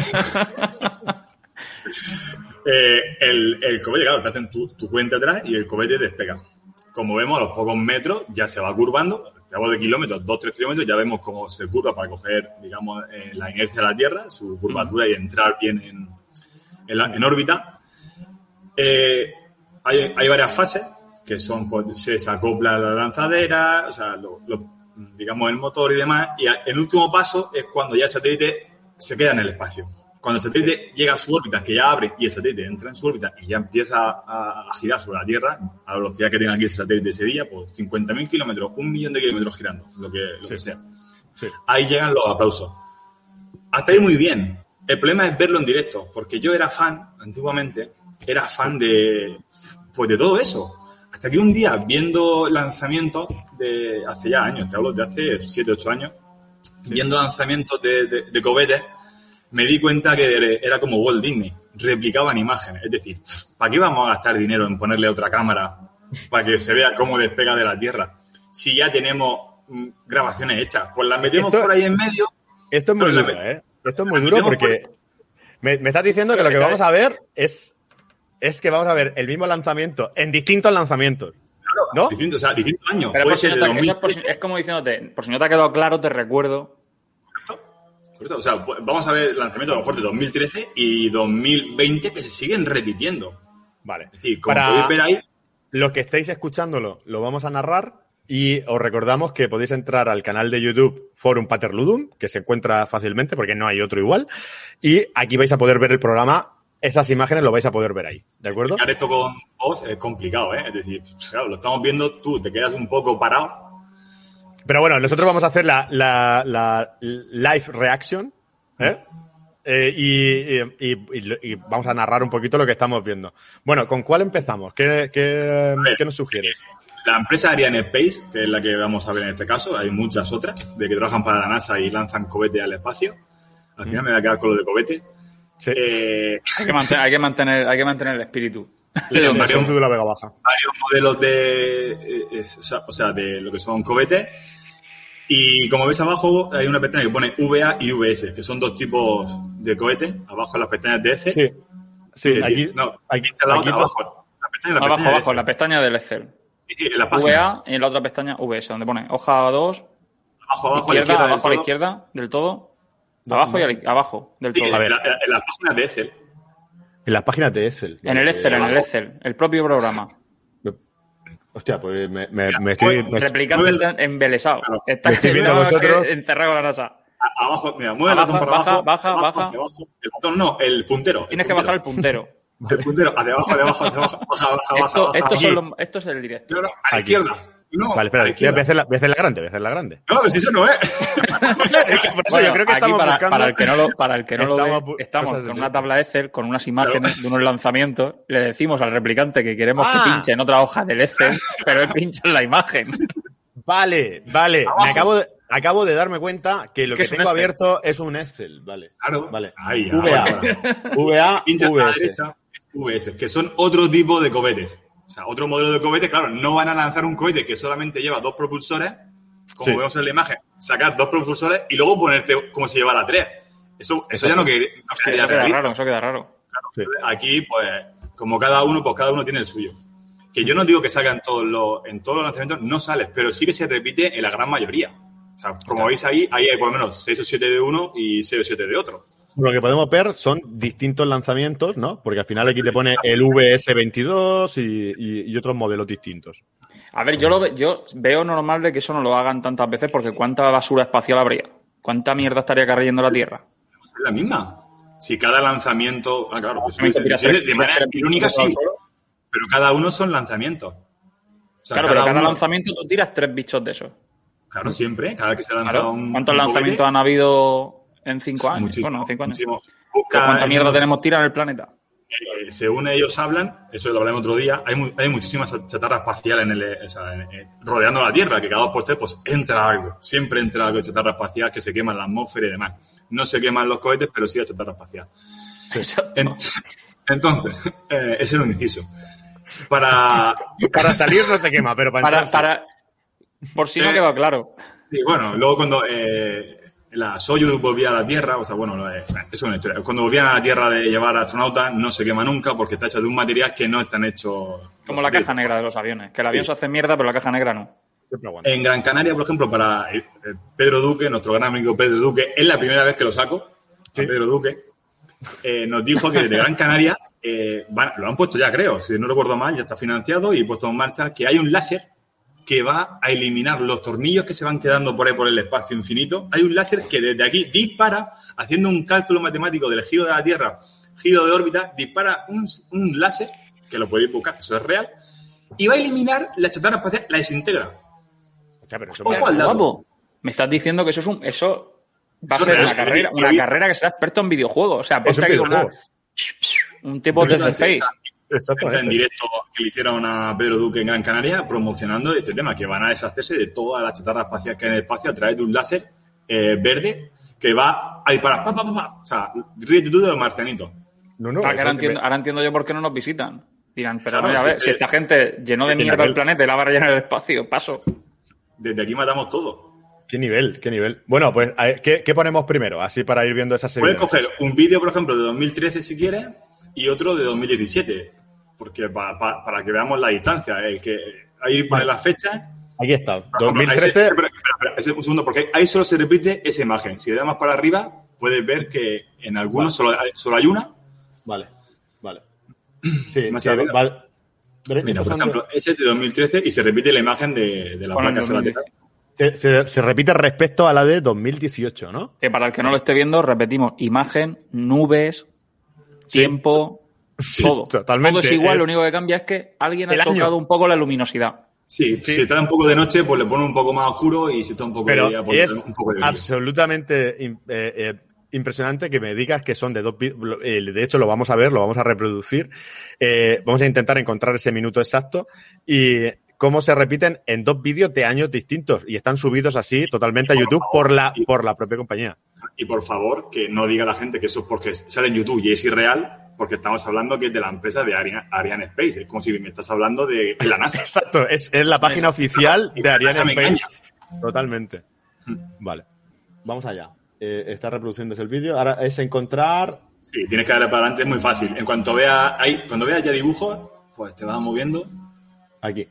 C: eh, el, el cohete, claro, te hacen tu, tu cuenta atrás y el cohete despega. Como vemos, a los pocos metros ya se va curvando. Te hago de kilómetros, dos, tres kilómetros, ya vemos cómo se curva para coger, digamos, eh, la inercia de la Tierra, su curvatura y entrar bien en, en, la- en órbita. Eh, hay, hay varias fases que son, pues, se acopla la lanzadera, o sea, lo- lo- digamos, el motor y demás. Y a- el último paso es cuando ya el satélite se queda en el espacio. Cuando el satélite llega a su órbita, que ya abre y el satélite entra en su órbita y ya empieza a, a girar sobre la Tierra, a la velocidad que tenga aquí ese satélite ese día, pues cincuenta mil kilómetros, un millón de kilómetros girando, lo que, lo
B: Sí.
C: que sea.
B: Sí.
C: Ahí llegan los aplausos. Hasta ahí muy bien. El problema es verlo en directo, porque yo era fan, antiguamente, era fan de, pues de todo eso. Hasta que un día, viendo lanzamientos de hace ya años, te hablo de hace siete, ocho años, viendo lanzamientos de, de, de cohetes, me di cuenta que era como Walt Disney, replicaban imágenes. Es decir, ¿para qué vamos a gastar dinero en ponerle otra cámara para que se vea cómo despega de la Tierra? Si ya tenemos mm, grabaciones hechas, pues las metemos
B: Esto-
C: por ahí en medio.
B: Esto es muy
C: Pero la-
B: duro, ¿eh? Esto es muy duro
C: metemos
B: porque me, me estás diciendo que lo que vamos a ver es, es que vamos a ver el mismo lanzamiento en distintos lanzamientos. ¿No?
C: Distintos, o sea, distintos años.
D: Pero
C: Puede
D: por si
C: ser
D: no
C: de
D: te- eso es, por si-
C: dos mil.
D: es como diciéndote, por si no te ha quedado claro, te recuerdo
C: O sea, vamos a ver lanzamientos a lo mejor de dos mil trece y dos mil veinte que se siguen repitiendo.
B: Vale.
C: Es decir, como
B: Para
C: podéis ver ahí...
B: los que estéis escuchándolo, lo vamos a narrar y os recordamos que podéis entrar al canal de YouTube Forum Paterludum, que se encuentra fácilmente porque no hay otro igual, y aquí vais a poder ver el programa. Estas imágenes lo vais a poder ver ahí, ¿de acuerdo?
C: Explicar esto con voz es complicado, ¿eh? Es decir, claro, lo estamos viendo, tú te quedas un poco parado.
B: Pero bueno, nosotros vamos a hacer la, la, la live reaction, ¿eh? Eh, y, y, y, y vamos a narrar un poquito lo que estamos viendo. Bueno, ¿con cuál empezamos? ¿Qué, qué,
C: ver,
B: ¿qué nos sugieres?
C: La empresa Ariane Space, que es la que vamos a ver en este caso, hay muchas otras, de que trabajan para la NASA y lanzan cohetes al espacio. Al final mm. me voy a quedar con lo de cohete.
B: Sí.
C: Eh,
D: hay, que mantener, hay, que mantener, hay que mantener el espíritu.
B: De varios, de la Vega Baja.
C: varios modelos de, eh, o sea, de lo que son cohetes. Y como ves abajo, hay una pestaña que pone V A y V S, que son dos tipos de cohetes. Abajo las pestañas de Excel.
B: Sí, sí,
C: eh,
B: aquí,
C: no,
B: aquí
C: está la
B: aquí
C: otra, abajo. La pestaña, la
D: abajo,
C: pestaña
D: abajo, la pestaña del Excel.
C: Sí, en la
D: V A y en la otra pestaña V S, donde pone hoja dos,
C: abajo, abajo,
D: izquierda,
C: a la izquierda,
D: abajo a la izquierda, del todo,
B: No,
D: abajo
B: no.
D: y a la, abajo, del
C: Sí,
D: todo.
C: en, la, en las páginas de Excel.
B: En las páginas de Excel.
D: En el Excel, en el
C: abajo.
D: Excel, el propio programa.
B: Hostia, pues me, me, me estoy... Me,
D: Replicante
C: mueve el-
D: embelesado.
C: Claro.
D: Está
B: Me estoy viendo vosotros.
D: encerrado con la NASA.
C: A- Abajo, mira, mueve el
D: Baja,
C: ratón para
D: baja,
C: abajo.
D: baja,
C: abajo,
D: baja.
C: hacia abajo. El botón no, el puntero.
D: Tienes
C: el
D: que bajar el
C: puntero.
D: puntero.
C: El puntero, hacia abajo, hacia abajo, hacia abajo. Baja, baja, baja,
D: Esto,
C: baja.
D: esto,
C: baja.
D: son los- esto es el directo.
C: No, no, a la
B: Aquí.
C: izquierda. No,
B: Vale, espera,
C: a la
B: voy a
C: izquierda.
B: hacer la, voy a hacer la grande, voy a hacer la grande.
C: No, pero si eso no es.
B: Por eso
D: Bueno,
B: yo creo que
D: aquí
B: estamos
D: para,
B: buscando...
D: para el que no lo, para el que no lo
B: Estamos
D: ve,
B: bu-
D: estamos
B: cosas de
D: con
B: tipo.
D: una tabla Excel con unas imágenes de unos lanzamientos. Le decimos al replicante que queremos
B: Ah.
D: que pinche en otra hoja del Excel, pero él pincha en la imagen.
B: Vale, vale.
C: Abajo.
B: Me acabo de, acabo de darme cuenta que lo
D: ¿Qué
B: que
D: es un
B: tengo
D: Excel?
B: abierto es un Excel. Vale.
C: Claro.
B: Vale.
C: Ahí,
B: V A.
C: ahora.
B: V A,
C: Pincha a
B: V
C: la
B: S.
C: derecha, V S, que son otro tipo de cohetes. O sea, otro modelo de cohete, claro, no van a lanzar un cohete que solamente lleva dos propulsores, como
B: Sí.
C: vemos en la imagen, sacar dos propulsores y luego ponerte como si llevara tres. Eso, eso ya no, que, no
D: Hostia,
C: quedaría
D: eso queda
C: realista.
D: raro, eso queda raro.
B: Sí.
C: Aquí, pues, como cada uno, pues cada uno tiene el suyo. Que yo no digo que salga en todos los, en todos los lanzamientos, no sale, pero sí que se repite en la gran mayoría. O sea, como veis ahí, ahí hay por lo menos seis o siete de uno y seis o siete de otro.
B: Lo que podemos ver son distintos lanzamientos, ¿no? Porque al final aquí te pone el V S veintidós y, y, y otros modelos distintos.
D: A ver, yo lo ve- yo veo normal de que eso no lo hagan tantas veces porque ¿cuánta basura espacial habría? ¿Cuánta mierda estaría cayendo la Tierra?
C: Es la misma. Si cada lanzamiento... Ah, claro, pues,
D: Me tira
C: sí,
D: tres-
C: de manera
D: tres
C: irónica
D: bichos al
C: sí,
D: suelo.
C: pero cada uno son lanzamientos. O sea,
D: Claro, pero cada
C: uno-
D: lanzamiento tú tiras tres bichos de esos.
C: Claro, siempre, cada vez que se lanza
D: Claro.
C: un...
D: ¿Cuántos
C: un
D: lanzamientos
C: cohete,
D: han habido en cinco años?
C: muchísimo,
D: Bueno, en cinco años.
C: muchísimo.
D: Pues
C: Busca
D: ¿cuánta
C: en
D: mierda
C: unos-
D: tenemos tirada en el planeta?
C: eh, según ellos hablan, eso lo hablaremos otro día, hay, mu- hay muchísimas chatarras espaciales en el, o sea, en- en- rodeando la Tierra, que cada dos por tres pues entra algo. Siempre entra algo de chatarra espacial que se quema en la atmósfera y demás. No se queman los cohetes, pero sí la chatarra espacial.
D: Exacto.
C: En- entonces, eh, ese era un inciso. Para...
B: Para salir no se quema, pero para
D: Para,
B: entrar sí.
D: para, por si no
C: Eh,
D: quedó claro.
C: Sí, bueno, luego cuando eh, la Soyuz volvía a la Tierra, o sea, bueno, lo de- eso es una historia. Cuando volvían a la Tierra de llevar astronautas, no se quema nunca porque está hecho de un material que no están hechos...
D: Como la caja negra de los aviones. Que el avión
C: Sí.
D: se hace mierda, pero la caja negra no.
B: Siempre aguanta.
C: En Gran Canaria, por ejemplo, para eh, eh, Pedro Duque, nuestro gran amigo Pedro Duque, es la primera vez que lo saco,
B: Sí.
C: a Pedro Duque, eh, nos dijo que desde Gran Canaria, eh, van- lo han puesto ya, creo, si no recuerdo mal, ya está financiado y puesto en marcha, que hay un láser que va a eliminar los tornillos que se van quedando por ahí por el espacio infinito. Hay un láser que desde aquí dispara, haciendo un cálculo matemático del giro de la Tierra, giro de órbita, dispara un, un láser, que lo podéis buscar, eso es real, y va a eliminar la chatarra espacial, la desintegra.
B: Hostia, pero eso
C: Ojo
B: me-
C: al dato.
D: Guapo. Me estás diciendo que eso es un... Eso va a
C: Eso
D: ser
C: es
D: una
C: real.
D: carrera,
C: Yo
D: una
C: vi-
D: carrera que será experto en videojuegos. O sea,
B: Es
D: ponte
B: un
D: aquí con una,
B: videojuego.
D: un tipo
C: Yo vi
D: desde
C: la
D: Face.
C: entrevista en
B: Exactamente.
C: directo que le hicieron a Pedro Duque en Gran Canaria promocionando este tema, que van a deshacerse de toda la chatarra espacial que hay en el espacio a través de un láser eh, verde que va a disparar. Pa, pa, pa, pa. O sea, ríete tú de los marcianitos.
B: No, no,
D: Ah, que
B: eso
D: ahora,
B: que
D: entiendo,
B: me-
D: ahora entiendo yo por qué no nos visitan. Dirán, pero
C: Claro,
D: mira, a
C: si
D: ver,
C: es
D: si
C: que-
D: esta gente llenó de
B: que
D: mierda
B: nivel.
D: el planeta y la va a rellenar el espacio, paso.
C: Desde aquí matamos todo.
B: Qué nivel, qué nivel. Bueno, pues, a ver, ¿qué, qué ponemos primero? Así para ir viendo esa serie.
C: Puedes coger un vídeo, por ejemplo, de dos mil trece si quieres y otro de dos mil diecisiete. Porque para, para, para que veamos la distancia, ¿eh? El que ahí pone las fechas.
B: Aquí está.
C: Por ejemplo,
B: dos mil trece.
C: ese- espera, espera, espera, ese- un segundo, porque ahí solo se repite esa imagen. Si le damos para arriba, puedes ver que en algunos solo, hay, solo hay una.
B: Vale, vale. Sí,
C: Más
B: sí,
C: arriba.
B: vale.
C: Mira, por ejemplo, ese es de dos mil trece y se repite la imagen de, de la
D: Con el
C: placa lateral.
B: Se, se, se repite respecto a la de dos mil dieciocho, ¿no?
D: Que para el que no lo esté viendo, repetimos, imagen, nubes, tiempo,
B: Sí,
D: todo.
B: totalmente.
D: Todo es igual,
B: Es-
D: lo único que cambia es que alguien ha
B: El año.
D: tocado un poco la luminosidad.
C: Sí,
B: Sí.
C: si está un poco de noche, pues le pone un poco más oscuro y si está un poco
B: Pero
C: de día, pues
B: es
C: le pone un poco de brillo.
B: absolutamente im- eh, eh, impresionante que me digas que son de dos vi- lo- eh, de hecho, lo vamos a ver, lo vamos a reproducir. Eh, vamos a intentar encontrar ese minuto exacto y cómo se repiten en dos vídeos de años distintos y están subidos así totalmente a
C: por
B: YouTube
C: favor,
B: por la,
C: y-
B: por la propia compañía.
C: Y por favor, que no diga la gente que eso es porque sale en YouTube y es irreal, porque estamos hablando que es de la empresa de Ariane, Ariane Space. Es como si me estás hablando de la NASA.
B: Exacto, es, es la página oficial de
C: La
B: Ariane
C: NASA me
B: Space.
C: engaña.
B: Totalmente. Vale. Vamos allá. Eh, está reproduciéndose el vídeo. Ahora es encontrar.
C: Sí, tienes que darle para adelante, es muy fácil. En cuanto veas ahí, cuando veas ya dibujos, pues te vas moviendo.
B: Aquí.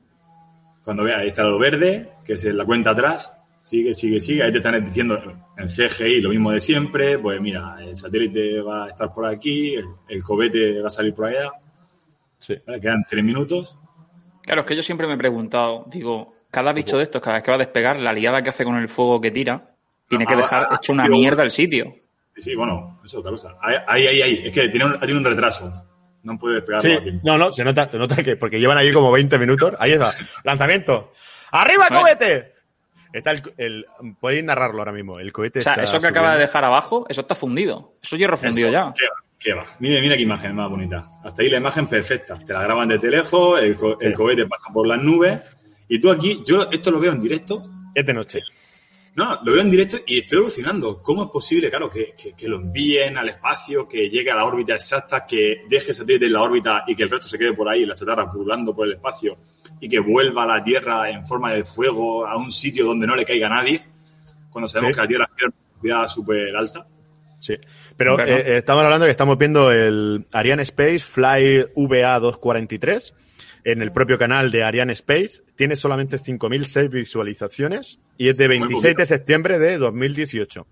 C: Cuando veas, ahí está lo verde, que es la cuenta atrás. Sigue, sigue, sigue. Ahí te están diciendo en C G I lo mismo de siempre. Pues mira, el satélite va a estar por aquí, el, el cohete va a salir por allá.
B: Sí.
C: Vale, quedan tres minutos.
D: Claro, es que yo siempre me he preguntado, digo, cada bicho de estos, cada vez que va a despegar, la liada que hace con el fuego que tira, tiene que
C: Ah,
D: dejar
C: ah,
D: hecho una
C: pero-
D: mierda el sitio.
C: Sí, sí, bueno, eso es otra cosa. Ahí, ahí, ahí. Es que tiene un, tiene un retraso. No puede despegarlo
B: Sí,
C: a tiempo.
B: no, no, se nota, se nota que porque llevan ahí como veinte minutos. Ahí está. Lanzamiento. ¡Arriba,
D: Vale.
B: cohete! Está el, el. Podéis narrarlo ahora mismo. El cohete
D: O sea,
B: está
D: eso que acaba de
B: subiendo.
D: dejar abajo, eso está fundido. Eso hierro fundido
C: Eso,
D: ya.
C: ¿Qué va? ¿Qué va? Mira, mira qué imagen más bonita. Hasta ahí la imagen perfecta. Te la graban desde lejos, el, co- el cohete pasa por las nubes. Y tú aquí, yo esto lo veo en directo.
B: Es de noche.
C: No, lo veo en directo y estoy alucinando. ¿Cómo es posible, claro, que, que, que lo envíen al espacio, que llegue a la órbita exacta, que deje el satélite en la órbita y que el resto se quede por ahí, la chatarra pululando por el espacio y que vuelva a la Tierra en forma de fuego a un sitio donde no le caiga a nadie, cuando sabemos
B: Sí.
C: que la Tierra tiene una velocidad súper alta?
B: Sí. Pero
D: Bueno.
B: eh, eh, estamos hablando que estamos viendo el Ariane Space Fly V A doscientos cuarenta y tres en el propio canal de Ariane Space. Tiene solamente cinco mil seis visualizaciones y es de
C: Muy
B: veintiséis de
C: poquito.
B: septiembre de dos mil dieciocho.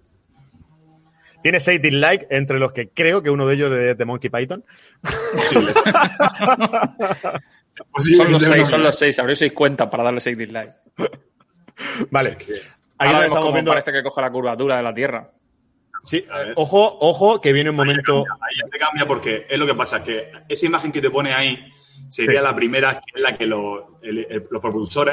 B: Tiene seis dislikes, entre los que creo que uno de ellos es de Monkey Python.
C: Posible. Posible
D: Son los
C: que sea
D: seis,
C: una-
D: son los seis. Abrió seis cuentas para darle seis dislikes.
B: Vale.
C: Es que-
B: Ahí
D: Ahora
B: lo
D: vemos
B: estamos
D: cómo
B: viendo.
D: parece que coge la curvatura de la Tierra.
B: Sí,
C: A ver.
B: ojo, ojo, que viene un momento.
C: Ahí ya te cambia porque es lo que pasa, que esa imagen que te pone ahí sería
B: Sí.
C: la primera, que es la que los, el- el- los propulsores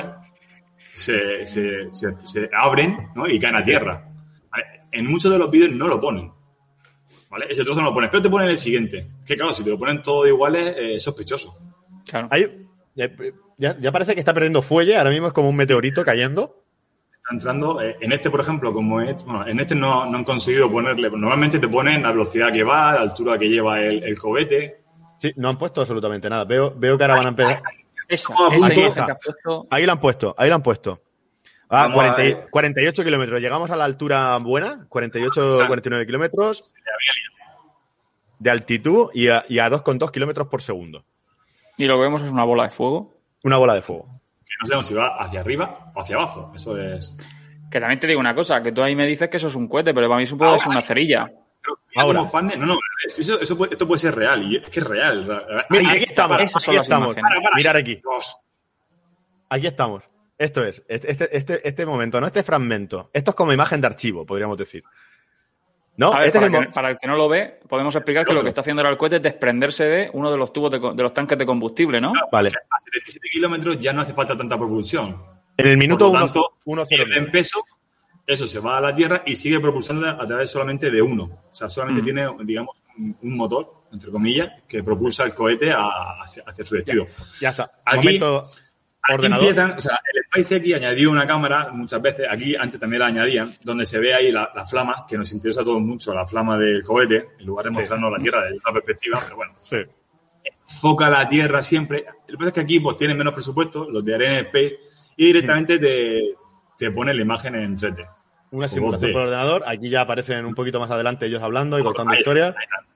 C: se, se, se, se abren, ¿no? Y caen a tierra. ¿Vale? En muchos de los vídeos no lo ponen. ¿Vale? Ese trozo no lo ponen, pero te ponen el siguiente. Que claro, si te lo ponen todo iguales, eh, es sospechoso.
D: Claro.
B: Ahí, ya, ya parece que está perdiendo fuelle. Ahora mismo es como un meteorito cayendo.
C: Está entrando, eh, en este, por ejemplo, como es, bueno, en este no, no han conseguido ponerle, normalmente te ponen la velocidad que va, la altura que lleva el, el cohete.
B: Sí, no han puesto absolutamente nada. Veo, veo que ahora van a empezar.
D: Esa,
C: Estamos a
D: esa
C: punto.
D: imagen que has puesto.
B: Ahí la han puesto, ahí la han puesto. Ah,
C: Vamos a
B: cuarenta y-
C: ver.
B: cuarenta y ocho kilómetros. Llegamos a la altura buena, cuarenta y ocho,
C: Exacto.
B: cuarenta y nueve kilómetros
C: Le había liado.
B: de altitud y a, y a dos coma dos kilómetros por segundo.
D: Y lo que vemos es una bola de fuego.
B: Una bola de fuego.
C: Que no sabemos si va hacia arriba o hacia abajo. Eso es.
D: Que también te digo una cosa, que tú ahí me dices que eso es un cohete, pero para mí eso puede
C: Ahora
D: ser una
C: sí.
D: cerilla.
C: Pero mira
B: Ahora.
C: cómo expande. No, no, eso, eso puede- esto puede ser real. Y es que es real.
B: Mira,
C: Ahí
B: aquí
C: está,
B: estamos,
C: para,
D: esas son
B: aquí
D: las
B: estamos.
D: imágenes.
C: para, para.
B: Mirad aquí,
C: Dios.
B: aquí estamos. Esto es, este, este, este, este momento, no este fragmento. Esto es como imagen de archivo, podríamos decir. ¿No?
D: A ver,
B: este es
D: para,
B: el
D: que,
B: mo-
D: para el que no lo ve, podemos explicar que lo que está haciendo ahora el cohete es desprenderse de uno de los tubos de, co- de los tanques de combustible, ¿no?
B: Vale.
C: A setenta y siete kilómetros ya no hace falta tanta propulsión.
B: En el minuto
C: Por lo
B: uno-
C: tanto,
B: uno cero
C: pierde en peso, eso se va a la Tierra y sigue propulsando a través solamente de uno. O sea, solamente
D: Mm.
C: tiene, digamos, un, un motor, entre comillas, que propulsa el cohete a- hacia, hacia su destino.
B: Ya está.
C: Aquí-
B: Momento
C: Aquí
B: ordenador.
C: empiezan, o sea, el SpaceX añadió una cámara muchas veces, aquí antes también la añadían, donde se ve ahí la, la flama, que nos interesa a todos mucho, la flama del cohete, en lugar de mostrarnos la Tierra desde otra perspectiva, pero bueno,
B: Sí.
C: foca la Tierra siempre. Lo que pasa es que aquí pues tienen menos presupuesto, los de Ariane Space, y directamente te, te pone la imagen en tres D.
B: Una
C: O
B: simulación
C: dos D.
B: por ordenador. Aquí ya aparecen un poquito más adelante ellos hablando y contando
C: Ahí-
B: historias.
C: ahí está.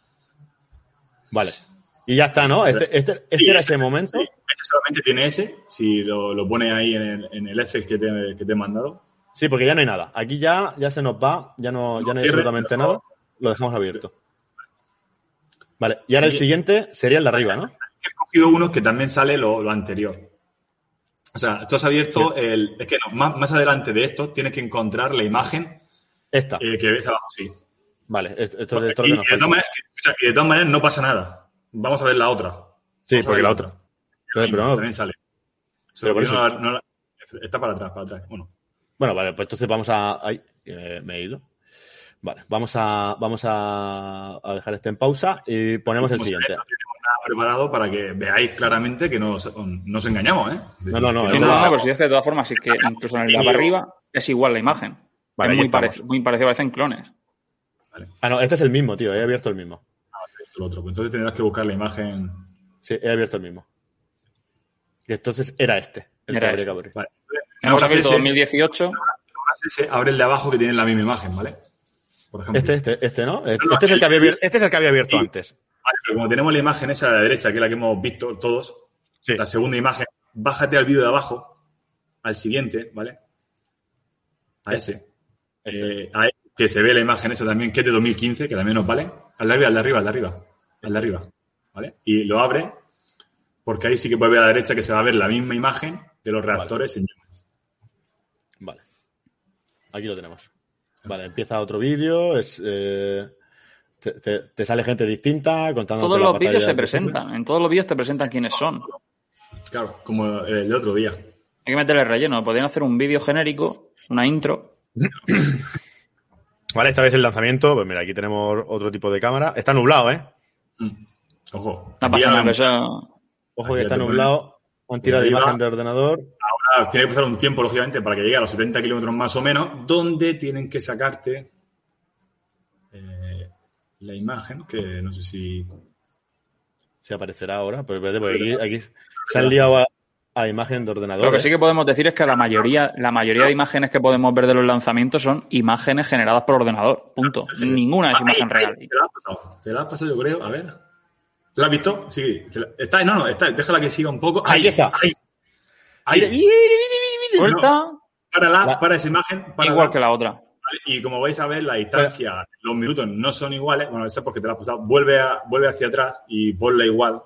B: Vale. Y ya está, ¿no? Este, este, este
C: Sí,
B: era
C: ese-
B: ese momento.
C: sí. Este solamente tiene ese, si lo, lo pone ahí en el, en el Excel que te, que te he mandado.
B: Sí, porque ya no hay nada. Aquí ya, ya se nos va, ya no, ya no hay
C: Cierre,
B: absolutamente
C: pero-
B: nada. Lo dejamos abierto. Vale, y ahora el
C: Y-
B: siguiente sería el de arriba, ¿no?
C: He cogido uno que también sale lo, lo anterior. O sea, tú has abierto el... Es que no, más, más adelante de esto tienes que encontrar la imagen
B: Esta.
C: eh, que ves abajo, sí.
B: Vale, esto esto es esto es
C: Y,
B: lo
C: y
B: que nos
C: de todas
B: falta.
C: maneras, escucha, y de todas maneras no pasa nada. Vamos a ver la otra.
B: Sí,
C: Vamos a
B: porque
C: ver
B: la otra. Entonces, pero no-
C: también sale.
B: Pero por
C: Yo
B: eso-
C: no la- no la- está para atrás, para atrás. Bueno,
B: Bueno, vale, pues entonces vamos a... Ay, eh, me he ido. Vale, vamos a, vamos a, a dejar este en pausa y ponemos el
C: como
B: siguiente.
C: sabéis, no tenemos nada preparado para que veáis claramente que nos, nos engañamos, ¿eh?
B: No, no, no,
C: Que
D: No,
B: eso
D: no,
B: lo-
D: no, pero si es que de todas formas, sí que incluso en el de
C: Sí.
D: arriba es igual la imagen.
B: Vale,
D: es
B: aquí
D: muy,
B: estamos.
D: parec- muy parecido, parecen clones.
B: Ah, no, este es el mismo, tío. He abierto el mismo.
C: Esto es lo otro. Pues entonces tendrás que buscar la imagen.
B: Sí, he abierto el mismo. Y entonces era este. El
D: Era
B: que habría
D: ese.
B: que abrir.
C: Vale.
D: Hemos
C: Abras
D: abierto
C: ese,
D: dos mil dieciocho.
C: abras ese, abre el de abajo que tiene la misma imagen, ¿vale? Por ejemplo.
B: Este, este, este, ¿no? Este,
C: No, no,
B: es el que había
C: el-
B: abierto, este es el que había abierto
C: Sí.
B: antes.
C: Vale, pero como tenemos la imagen esa de la derecha, que es la que hemos visto todos,
B: Sí.
C: la segunda imagen, bájate al vídeo de abajo, al siguiente, ¿vale? A
B: Este.
C: ese. Eh, a ese, que se ve la imagen esa también, que es de dos mil quince, que también nos vale. Al de arriba, al de arriba, al de arriba. Al de arriba. ¿Vale? Y lo abre, porque ahí sí que puede ver a la derecha que se va a ver la misma imagen de los reactores en llamas.
B: Vale. Aquí lo tenemos. Vale, empieza otro vídeo. Es, eh, te, te- te sale gente distinta contando.
D: Todos los vídeos se presentan. En todos los vídeos te presentan quiénes son.
C: Claro, como el de otro día.
D: Hay que meterle relleno. Podrían hacer un vídeo genérico, una intro.
B: Vale, esta vez el lanzamiento. Pues mira, aquí tenemos otro tipo de cámara. Está nublado, ¿eh?
C: Mm. Ojo.
D: No
C: aquí
D: pasa
C: ya
D: nada,
C: no-
D: eso...
B: Ojo que
C: Aquí
B: está
C: ya te
B: nublado. Han tirado de
C: arriba.
B: imagen de ordenador.
C: Ahora tiene que pasar un tiempo, lógicamente, para que llegue a los setenta kilómetros más o menos, donde tienen que sacarte eh, la imagen, que no sé si...
B: Se aparecerá ahora. Pero espérate, porque aquí, aquí se han liado a, a imagen de ordenador.
D: Lo que
B: ¿eh?
D: sí que podemos decir es que la mayoría, la mayoría de imágenes que podemos ver de los lanzamientos son imágenes generadas por ordenador. Punto. Ninguna es imagen
C: Ahí,
D: real.
C: ahí, te la has pasado, te la has pasado yo creo, a ver. ¿Te la has visto? Sí. te la- Está, no, no, está, déjala que siga un poco. Ahí
B: Aquí está.
C: Ahí. Ahí.
D: Suelta
C: Para, la,
B: La-
C: para esa imagen. Para
D: igual
C: la-
D: que la otra.
C: ¿vale? Y como vais a ver, la distancia, los minutos no son iguales. Bueno, eso es porque te la has pasado. Vuelve, a, vuelve hacia atrás y ponla igual.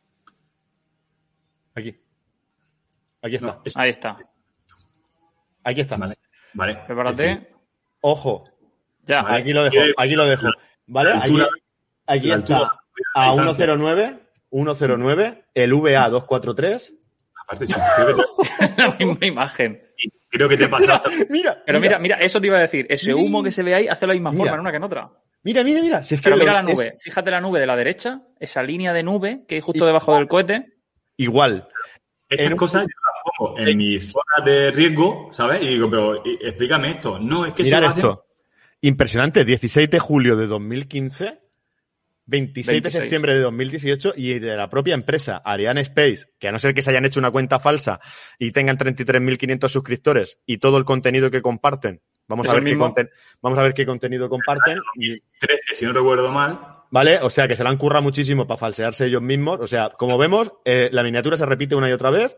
B: Aquí. Aquí está.
C: No, es-
D: Ahí está.
B: Aquí está.
C: Vale. Vale.
D: Prepárate.
B: Ojo.
D: Ya.
C: Vale.
B: Aquí lo dejo. Aquí lo dejo. ¿Vale?
C: La
B: Aquí,
C: altura-
B: aquí
C: la
B: está.
C: altura, la
B: A
C: distancia.
B: ciento nueve. ciento nueve. El V A doscientos cuarenta y tres.
C: Aparte, sí, creo que te,
D: La misma imagen.
C: creo que te pasaste.
B: Mira.
D: Pero mira, mira, eso te iba a decir. Ese humo que se ve ahí hace la misma
B: Mira.
D: forma en una que en otra.
B: Mira, mira, mira. Si es que
D: Pero mira
B: lo-
D: la nube.
B: es
D: Fíjate la nube de la derecha. Esa línea de nube que hay justo debajo del cohete.
B: igual.
C: Estas
B: En un-
C: cosas yo las pongo en mi zona de riesgo, ¿sabes? Y digo, pero y- explícame esto. No, es que
B: Mirad
C: eso lo hacen-
B: esto. Impresionante. dieciséis de julio de dos mil quince. veintiséis de
D: veintiséis.
B: septiembre de dos mil dieciocho y de la propia empresa Ariane Space, que a no ser que se hayan hecho una cuenta falsa y tengan treinta y tres mil quinientos suscriptores y todo el contenido que comparten, vamos
D: Es
B: a
D: el
B: ver qué
D: mismo.
B: conten- vamos a ver qué contenido comparten y,
C: trece, si no recuerdo mal.
B: ¿vale? O sea, que se lo han currado muchísimo para falsearse ellos mismos. O sea, como vemos, eh, la miniatura se repite una y otra vez.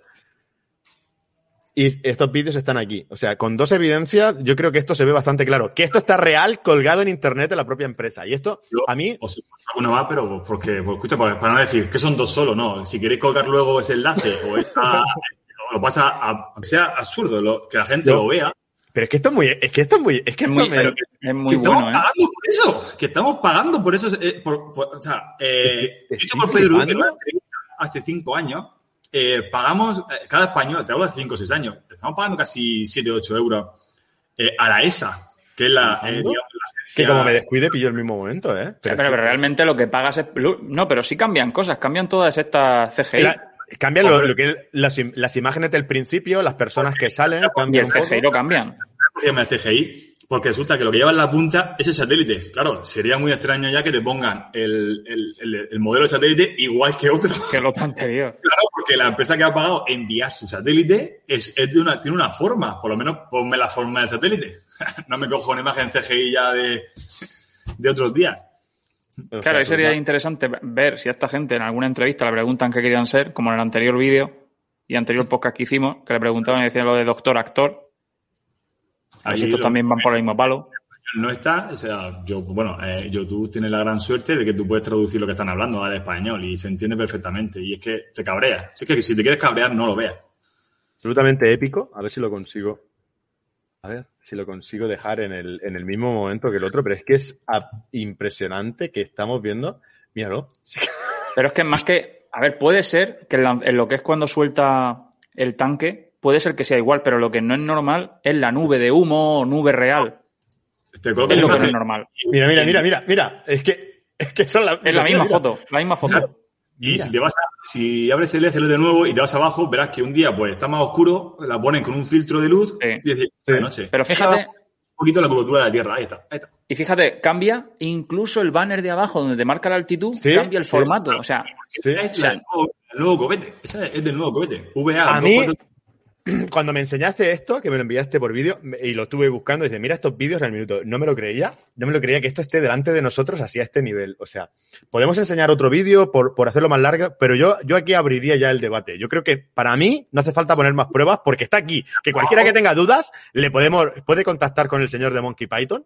B: Y estos vídeos están aquí. O sea, con dos evidencias, yo creo que esto se ve bastante claro. Que esto está real colgado en internet de la propia empresa. Y esto,
C: Yo,
B: a mí,
C: os alguna más, pero porque, pues, escucha, pues, para no decir que son dos solo, no. Si queréis colgar luego ese enlace o esa, o lo pasa a, a- sea absurdo, lo- que la gente
B: Yo-
C: lo vea.
B: pero es que esto es muy, es que esto es muy, es que
D: Es
B: esto
D: muy,
B: me-
D: es, es muy
C: que estamos
D: bueno, ¿eh?
C: pagando por eso, que estamos pagando por eso. eh, por- por- o sea, eh,
B: Estoy-
C: dicho
B: estoy
C: por Pedro Luque,
B: flipando.
C: en una entrevista hace cinco años, eh, pagamos, eh, cada español, te hablo de cinco o seis años, estamos pagando casi siete o ocho euros eh, a la E S A, que es la, eh,
B: ¿Pagando?
C: digamos, la
B: que
C: agencia-
B: como me descuide pillo el mismo momento, ¿eh?
D: O sea,
B: es
D: pero,
B: que-
D: pero realmente lo que pagas es... No, pero sí cambian cosas. Cambian todas estas C G I.
B: La- cambian lo, lo que es las, im- las imágenes del principio, las personas que salen,
D: Y
B: cambian
D: el
B: un
D: C
B: poco.
D: G I lo cambian.
C: ¿Por qué llama el C G I? Porque resulta que lo que lleva en la punta es el satélite. Claro, sería muy extraño ya que te pongan el, el- el- el modelo de satélite igual que otro.
D: Que lo anterior.
C: Claro, porque la empresa que ha pagado enviar su satélite es, es de una, tiene una forma. Por lo menos ponme la forma del satélite. No me cojo una imagen C G I ya de, de otros días.
B: O sea,
D: Claro, ahí sería
B: total.
D: interesante ver si a esta gente en alguna entrevista le preguntan qué querían ser, como en el anterior vídeo y anterior podcast que hicimos, que le preguntaban y decían lo de doctor actor. A ver si estos también van por el mismo palo.
C: No está, o sea, yo, bueno, eh, YouTube tiene la gran suerte de que tú puedes traducir lo que están hablando al español y se entiende perfectamente. Y es que te cabrea. Si es que si te quieres cabrear, no lo veas.
B: Absolutamente épico. A ver si lo consigo. A ver si lo consigo dejar en el, en el mismo momento que el otro, pero es que es impresionante que estamos viendo. Míralo.
D: Pero es que más que... A ver, puede ser que en, la, en lo que es cuando suelta el tanque, puede ser que sea igual, pero lo que no es normal es la nube de humo o nube real.
C: Te
D: es lo que no es normal.
B: Mira, mira, mira, mira, mira. Es que, es que son la,
D: es la misma mira. foto, la misma foto.
C: Claro. Y si te vas a, si abres el Excel de nuevo y te vas abajo, verás que un día pues está más oscuro, la ponen con un filtro de luz
D: sí.
C: y dices,
D: sí.
C: de noche.
D: Pero fíjate,
C: un poquito la curvatura de la Tierra, ahí está, ahí está.
D: Y fíjate, cambia incluso el banner de abajo donde te marca la altitud,
B: ¿Sí?
D: cambia el
B: sí.
D: formato, o sea,
C: sí. es la del nuevo, el nuevo cohete, esa es del nuevo cohete, V A.
B: A mí, cuatro... cuando me enseñaste esto, que me lo enviaste por vídeo y lo estuve buscando, dice, mira estos vídeos al minuto, no me lo creía, no me lo creía que esto esté delante de nosotros así a este nivel. O sea, podemos enseñar otro vídeo por, por hacerlo más largo, pero yo, yo aquí abriría ya el debate. Yo creo que para mí no hace falta poner más pruebas porque está aquí. Que cualquiera que tenga dudas le podemos, puede contactar con el señor de Monkey Python